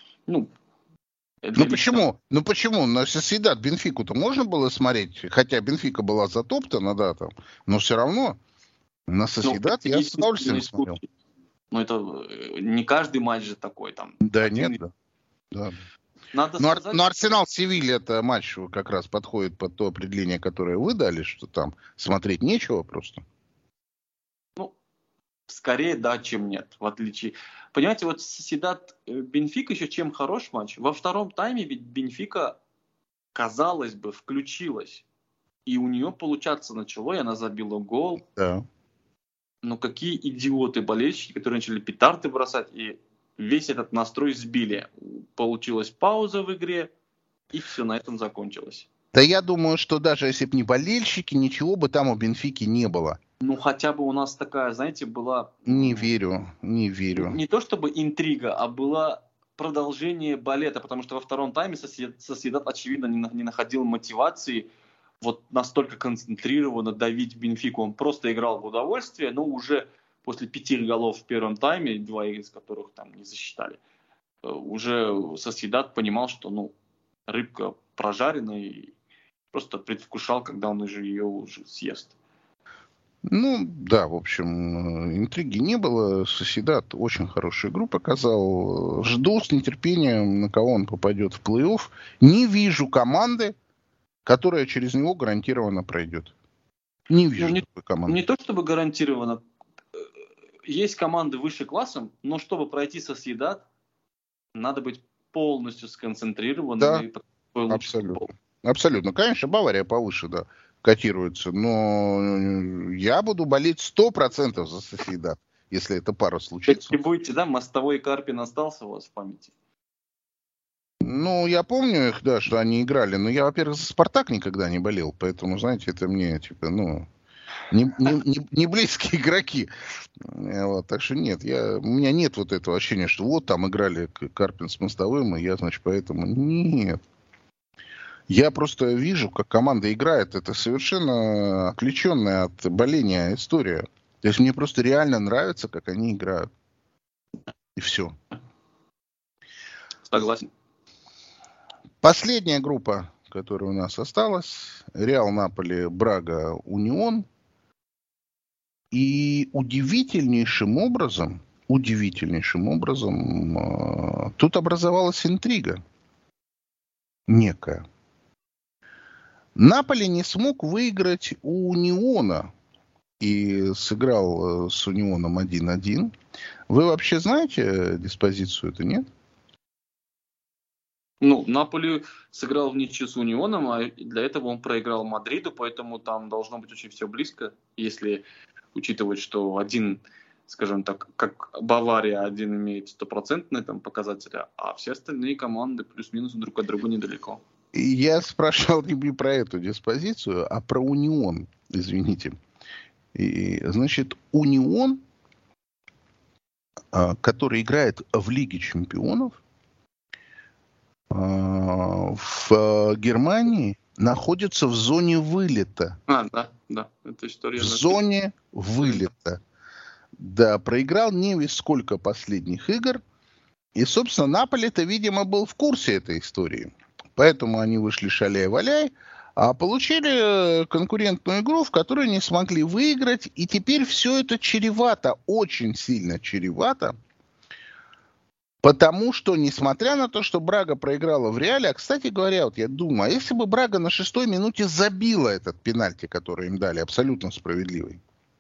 Почему? На Сосьедад Бенфику-то можно было смотреть, хотя Бенфика была затоптана, да, там, но все равно на Сосьедад я с удовольствием смотрел. Но это не каждый матч же такой там. Да, нет, да. Надо сказать, но Арсенал-Севилья это матч как раз подходит под то определение, которое вы дали, что там смотреть нечего просто. Скорее да, чем нет, в отличие. Понимаете, вот Сосьедад Бенфика еще чем хорош матч. Во втором тайме ведь Бенфика, казалось бы, включилась. И у нее получаться начало, и она забила гол. Да. Но какие идиоты болельщики, которые начали петарды бросать, и весь этот настрой сбили. Получилась пауза в игре, и все на этом закончилось. Да я думаю, что даже если бы не болельщики, ничего бы там у Бенфики не было. Хотя бы у нас такая, знаете, была... Не верю. Не то чтобы интрига, а было продолжение балета, потому что во втором тайме Сосьедад, очевидно, не находил мотивации вот настолько концентрированно давить Бенфику. Он просто играл в удовольствие, но уже после 5 голов в первом тайме, 2 из которых там не засчитали, уже Сосьедад понимал, что рыбка прожарена, и просто предвкушал, когда он ее уже съест. Да, в общем, интриги не было. Сосьедад очень хорошую игру показал. Жду с нетерпением, на кого он попадет в плей-офф. Не вижу команды, которая через него гарантированно пройдет. Не вижу такой команды. Не то чтобы гарантированно. Есть команды выше классом, но чтобы пройти Сосьедад, надо быть полностью сконцентрированным. Да, абсолютно. Конечно, Бавария повыше, да, котируется, но я буду болеть 100% за Сосьедад, если эта пара случится. Если будете, да, Мостовой и Карпин остался у вас в памяти? Я помню их, да, что они играли, но я, во-первых, за Спартак никогда не болел, поэтому, знаете, это мне, не близкие игроки. Вот, так что нет, у меня нет вот этого ощущения, что вот там играли Карпин с Мостовым, и я, значит, поэтому... Нет. Я просто вижу, как команда играет. Это совершенно отвлеченная от боления история. То есть мне просто реально нравится, как они играют. И все. Согласен. Последняя группа, которая у нас осталась. Реал, Наполи, Брага, Унион. И удивительнейшим образом, тут образовалась интрига. Некая. Наполи не смог выиграть у Униона и сыграл с Унионом 1-1. Вы вообще знаете диспозицию, это нет? Наполи сыграл в ничью с Унионом, а для этого он проиграл Мадриду, поэтому там должно быть очень все близко, если учитывать, что один, скажем так, как Бавария, один имеет 100% там показатели, а все остальные команды плюс-минус друг от друга недалеко. Я спрашивал не про эту диспозицию, а про Унион, извините. Значит, Унион, который играет в Лиге Чемпионов, в Германии находится в зоне вылета. Да, это история. В зоне вылета. Да, проиграл не весь сколько последних игр. И, собственно, Наполи-то, видимо, был в курсе этой истории. Поэтому они вышли шаляй-валяй, А получили конкурентную игру, в которой не смогли выиграть, и теперь все это чревато, очень сильно чревато, потому что, несмотря на то, что Брага проиграла в Реале, а, кстати говоря, вот я думаю, а если бы Брага на 6-й минуте забила этот пенальти, который им дали, абсолютно справедливый,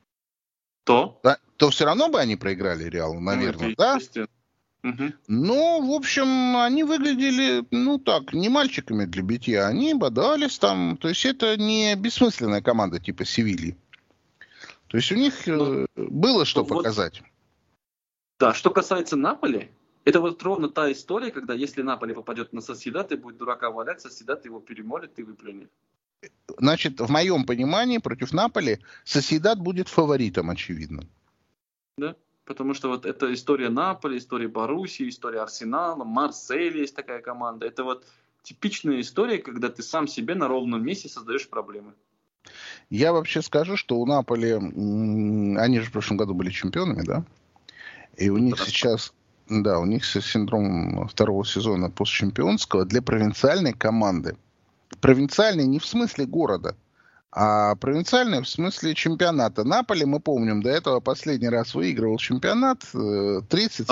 то все равно бы они проиграли Реалу, наверное, да? Угу. Ну, в общем, они выглядели, ну так, не мальчиками для битья, они бодались там, то есть это не бессмысленная команда типа Севильи. То есть у них было что показать. Да, что касается Наполи, это вот ровно та история, когда если Наполи попадет на Сосьедад и будет дурака валять, Сосьедад его перемолит и выплюнет. Значит, в моем понимании, против Наполи Сосьедад будет фаворитом, очевидно. Да, потому что вот это история Наполи, история Боруссии, история Арсенала, Марсель есть такая команда. Это вот типичная история, когда ты сам себе на ровном месте создаешь проблемы. Я вообще скажу, что у Наполи, они же в прошлом году были чемпионами, да? И у них сейчас... Да, у них синдром второго сезона постчемпионского для провинциальной команды. Провинциальной не в смысле города, а провинциальной в смысле чемпионата. Наполи, мы помним, до этого последний раз выигрывал чемпионат 30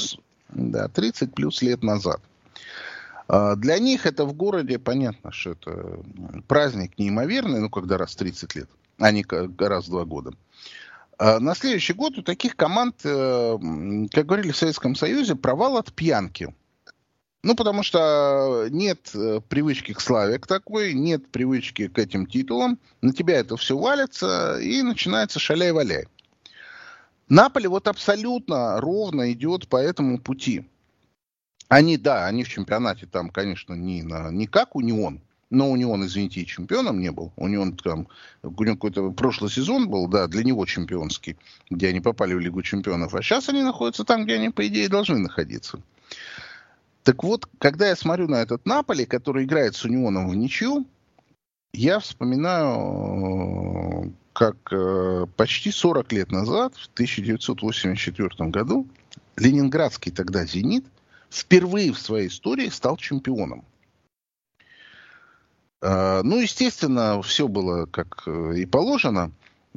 плюс лет назад. Для них это в городе, понятно, что это праздник неимоверный, ну, когда раз в 30 лет, а не раз в 2 года. На следующий год у таких команд, как говорили в Советском Союзе, провал от пьянки. Ну, потому что нет привычки к славе к такой, нет привычки к этим титулам. На тебя это все валится, и начинается шаляй-валяй. Наполи вот абсолютно ровно идет по этому пути. Они в чемпионате там, конечно, не как Унион. Но Унион, извините, и чемпионом не был. У него какой-то прошлый сезон был, да, для него чемпионский, где они попали в Лигу чемпионов. А сейчас они находятся там, где они, по идее, должны находиться. Так вот, когда я смотрю на этот Наполи, который играет с Унионом в ничью, я вспоминаю, как почти 40 лет назад, в 1984 году, ленинградский тогда «Зенит» впервые в своей истории стал чемпионом. Ну, естественно, все было как и положено.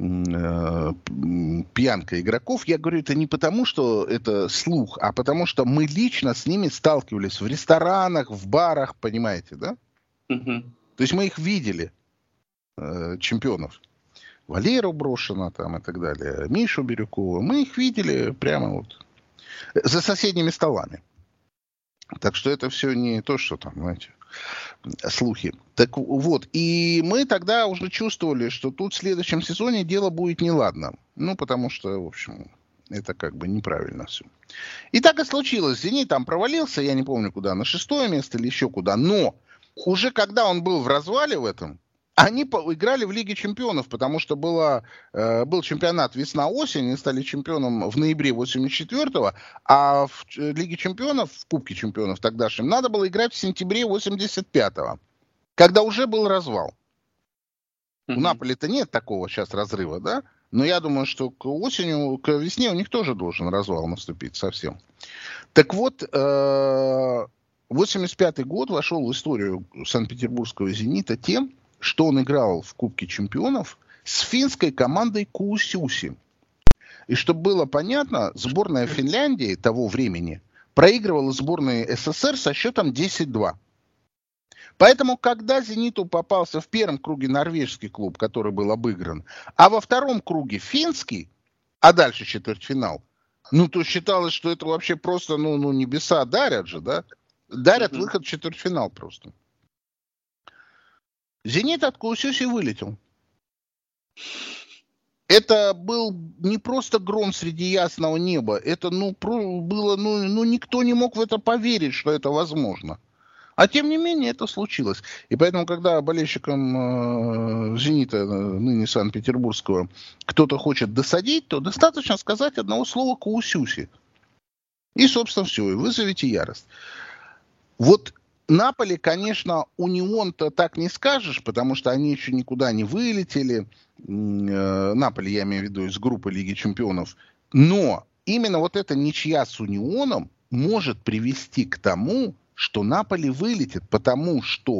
Пьянка игроков. Я говорю, это не потому, что это слух, а потому, что мы лично с ними сталкивались в ресторанах, в барах, понимаете, да? Угу. То есть мы их видели, чемпионов. Валеру Брошина там и так далее, Мишу Бирюкова. Мы их видели прямо вот за соседними столами. Так что это все не то, что там, знаете, слухи. Так вот, и мы тогда уже чувствовали, что тут в следующем сезоне дело будет неладно. Ну, потому что, в общем, это как бы неправильно все. И так и случилось. «Зенит» там провалился, я не помню куда, на 6-е место или еще куда. Но уже когда он был в развале в этом, они играли в Лиге чемпионов, потому что был чемпионат весна-осень, они стали чемпионом в ноябре 84-го, а в Лиге чемпионов, в Кубке чемпионов тогдашнем, надо было играть в сентябре 85-го, когда уже был развал. У Наполи-то нет такого сейчас разрыва, да? Но я думаю, что к весне у них тоже должен развал наступить совсем. Так вот, 85-й год вошел в историю Санкт-Петербургского «Зенита» тем, что он играл в Кубке чемпионов с финской командой Куусюси. И чтобы было понятно, сборная Финляндии того времени проигрывала сборной СССР со счетом 10-2. Поэтому, когда «Зениту» попался в первом круге норвежский клуб, который был обыгран, а во втором круге финский, а дальше четвертьфинал, ну, то считалось, что это вообще просто, ну небеса дарят же, да? Дарят выход в четвертьфинал просто. «Зенит» от Куусюси вылетел. Это был не просто гром среди ясного неба. Это, было, никто не мог в это поверить, что это возможно. А тем не менее, это случилось. И поэтому, когда болельщикам «Зенита», ныне Санкт-Петербургского, кто-то хочет досадить, то достаточно сказать одного слова «Куусюси». И, собственно, все. И вызовите ярость. Вот Наполи, конечно, Унион-то так не скажешь, потому что они еще никуда не вылетели. Наполи, я имею в виду, из группы Лиги чемпионов. Но именно вот эта ничья с Унионом может привести к тому, что Наполи вылетит, потому что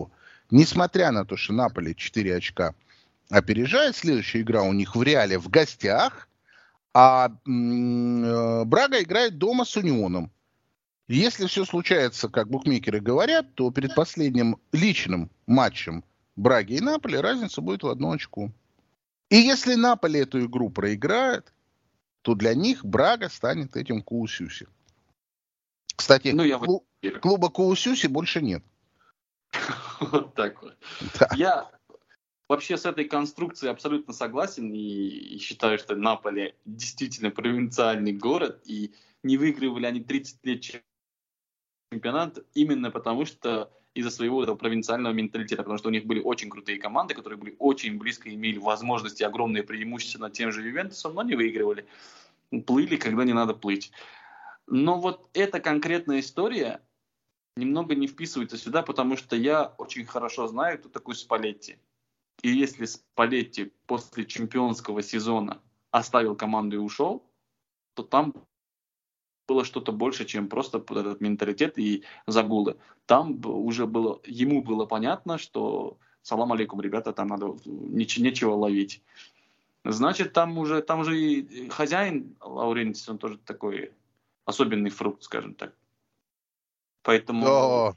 Несмотря на то, что Наполи 4 очка опережает, следующая игра у них в Реале в гостях, а Брага играет дома с Унионом. Если все случается, как букмекеры говорят, то перед последним личным матчем Браги и Наполи разница будет в 1 очко. И если Наполи эту игру проиграет, то для них Брага станет этим Куусюси. Кстати, клуба Куусюси больше нет. Вот так вот. Да. Я вообще с этой конструкцией абсолютно согласен и считаю, что Наполи действительно провинциальный город, и не выигрывали они 30 лет чемпионат именно потому, что из-за своего этого провинциального менталитета, потому что у них были очень крутые команды, которые были очень близко, имели возможности, огромные преимущества над тем же Ювентусом, но не выигрывали. Плыли, когда не надо плыть. Но вот эта конкретная история немного не вписывается сюда, потому что я очень хорошо знаю, кто такой Спалетти. И если Спалетти после чемпионского сезона оставил команду и ушел, то там было что-то больше, чем просто этот менталитет и загулы. Там уже ему было понятно, что салам алейкум, ребята, там надо нечего ловить. Значит, там же и хозяин Лаурентис, он тоже такой особенный фрукт, скажем так. Поэтому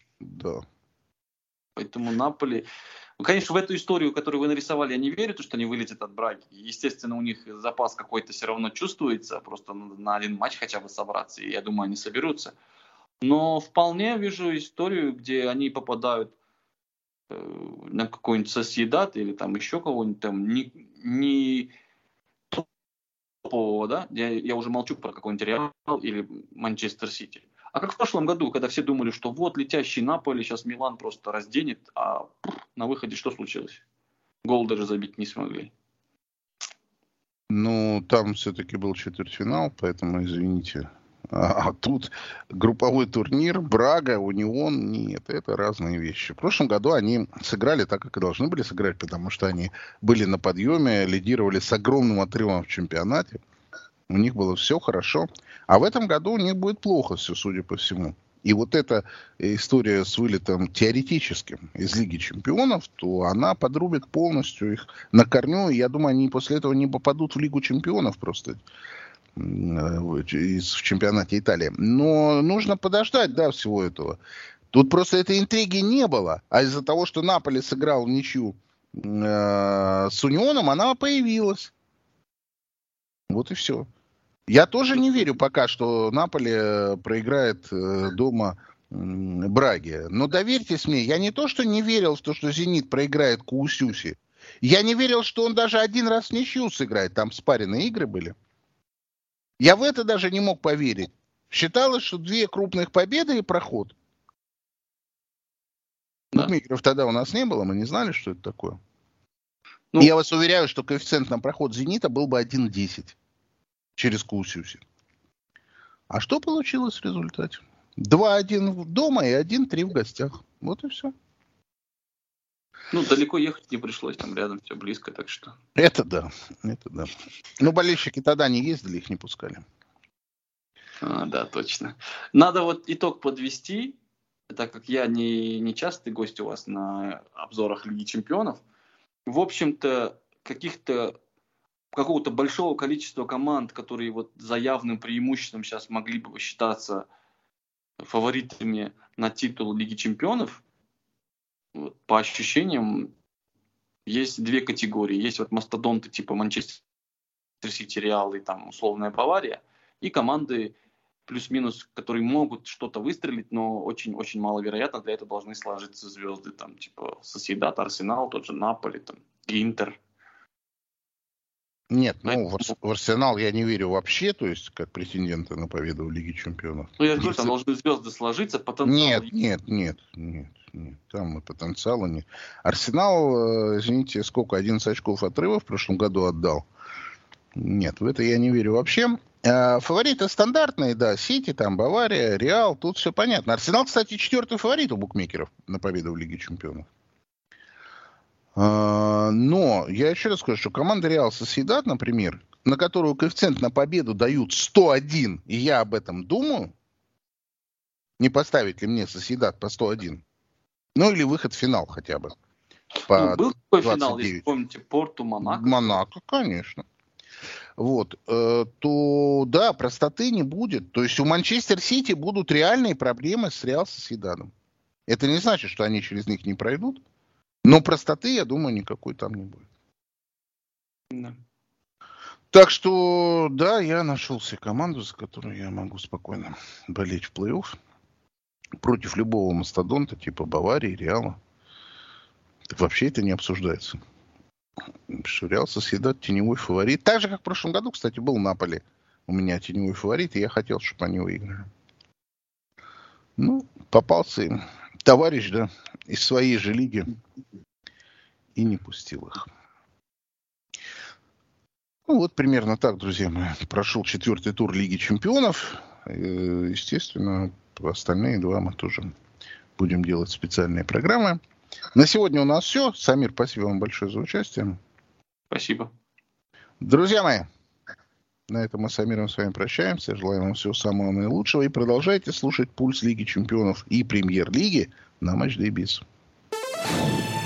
Наполи... Конечно, в эту историю, которую вы нарисовали, я не верю, что они вылетят от Браги. Естественно, у них запас какой-то все равно чувствуется, просто на один матч хотя бы собраться, и я думаю, они соберутся. Но вполне вижу историю, где они попадают на какой-нибудь Сосьедад или там еще кого-нибудь там не топового, да? Я уже молчу про какой-нибудь Реал или Манчестер Сити. А как в прошлом году, когда все думали, что вот летящий Наполи, сейчас Милан просто разденет, а на выходе что случилось? Гол даже забить не смогли. Ну, там все-таки был четвертьфинал, поэтому извините. А тут групповой турнир, Брага, Унион, нет, это разные вещи. В прошлом году они сыграли так, как и должны были сыграть, потому что они были на подъеме, лидировали с огромным отрывом в чемпионате. У них было все хорошо. А в этом году у них будет плохо все, судя по всему. И вот эта история с вылетом теоретическим из Лиги Чемпионов, то она подрубит полностью их на корню. И я думаю, они после этого не попадут в Лигу Чемпионов просто в чемпионате Италии. Но нужно подождать, да, всего этого. Тут просто этой интриги не было. А из-за того, что Наполи сыграл в ничью с Унионом, она появилась. Вот и все. Я тоже не верю пока, что Наполи проиграет дома Браге. Но доверьтесь мне, я не то, что не верил в то, что Зенит проиграет Куусюси. Я не верил, что он даже один раз в ничью сыграет. Там спаренные игры были. Я в это даже не мог поверить. Считалось, что 2 крупных победы и проход. Букмекеров тогда у нас не было, мы не знали, что это такое. Ну, я вас уверяю, что коэффициент на проход Зенита был бы 1,10 через Куусюси. А что получилось в результате? 2-1 дома и 1-3 в гостях. Вот и все. Ну, далеко ехать не пришлось, там рядом все близко, так что... Это да. Но болельщики тогда не ездили, их не пускали. Да, точно. Надо вот итог подвести, так как я не частый гость у вас на обзорах Лиги Чемпионов. В общем-то, какого-то большого количества команд, которые вот за явным преимуществом сейчас могли бы считаться фаворитами на титул Лиги Чемпионов, вот, по ощущениям, есть 2 категории. Есть вот мастодонты типа Манчестер Сити, Реал и там условная Бавария, и команды плюс-минус, которые могут что-то выстрелить, но очень-очень маловероятно, для этого должны сложиться звезды, там типа Сосьедад, Арсенал, тот же Наполи, там, Интер. Нет, в Арсенал я не верю вообще, то есть как претенденты на победу в Лиге Чемпионов. Ну, я говорю, там должны звезды сложиться, потенциал... Нет, там и потенциала нет. Арсенал, извините, сколько, 11 очков отрыва в прошлом году отдал? Нет, в это я не верю вообще. Фавориты стандартные, да, Сити, там, Бавария, Реал, тут все понятно. Арсенал, кстати, 4-й фаворит у букмекеров на победу в Лиге Чемпионов. Но я еще раз скажу, что команда Реал Сосьедад, например, на которую коэффициент на победу дают 101, и я об этом думаю, не поставить ли мне Сосьедад по 101, ну или выход в финал хотя бы. по был такой 29. финал, если помните, Порту-Монако. Монако, конечно. Вот, то да, простоты не будет. То есть у Манчестер Сити будут реальные проблемы с Реал Сосьедадом. Это не значит, что они через них не пройдут, но простоты, я думаю, никакой там не будет. Да. Так что, да, я нашел себе команду, за которую я могу спокойно болеть в плей-офф. Против любого мастодонта, типа Баварии, Реала. Вообще это не обсуждается. Что Реал Сосьедад теневой фаворит. Так же, как в прошлом году, кстати, был Наполи. У меня теневой фаворит, и я хотел, чтобы они выиграли. Ну, попался им товарищ, да, из своей же лиги и не пустил их. Ну, вот примерно так, друзья мои. Прошел 4-й тур Лиги Чемпионов. Естественно, остальные два мы тоже будем делать специальные программы. На сегодня у нас все. Самир, спасибо вам большое за участие. Спасибо. Друзья мои, на этом мы с Самиром с вами прощаемся. Желаем вам всего самого наилучшего. И продолжайте слушать «Пульс Лиги Чемпионов» и Премьер-лиги на Матч Day Biz.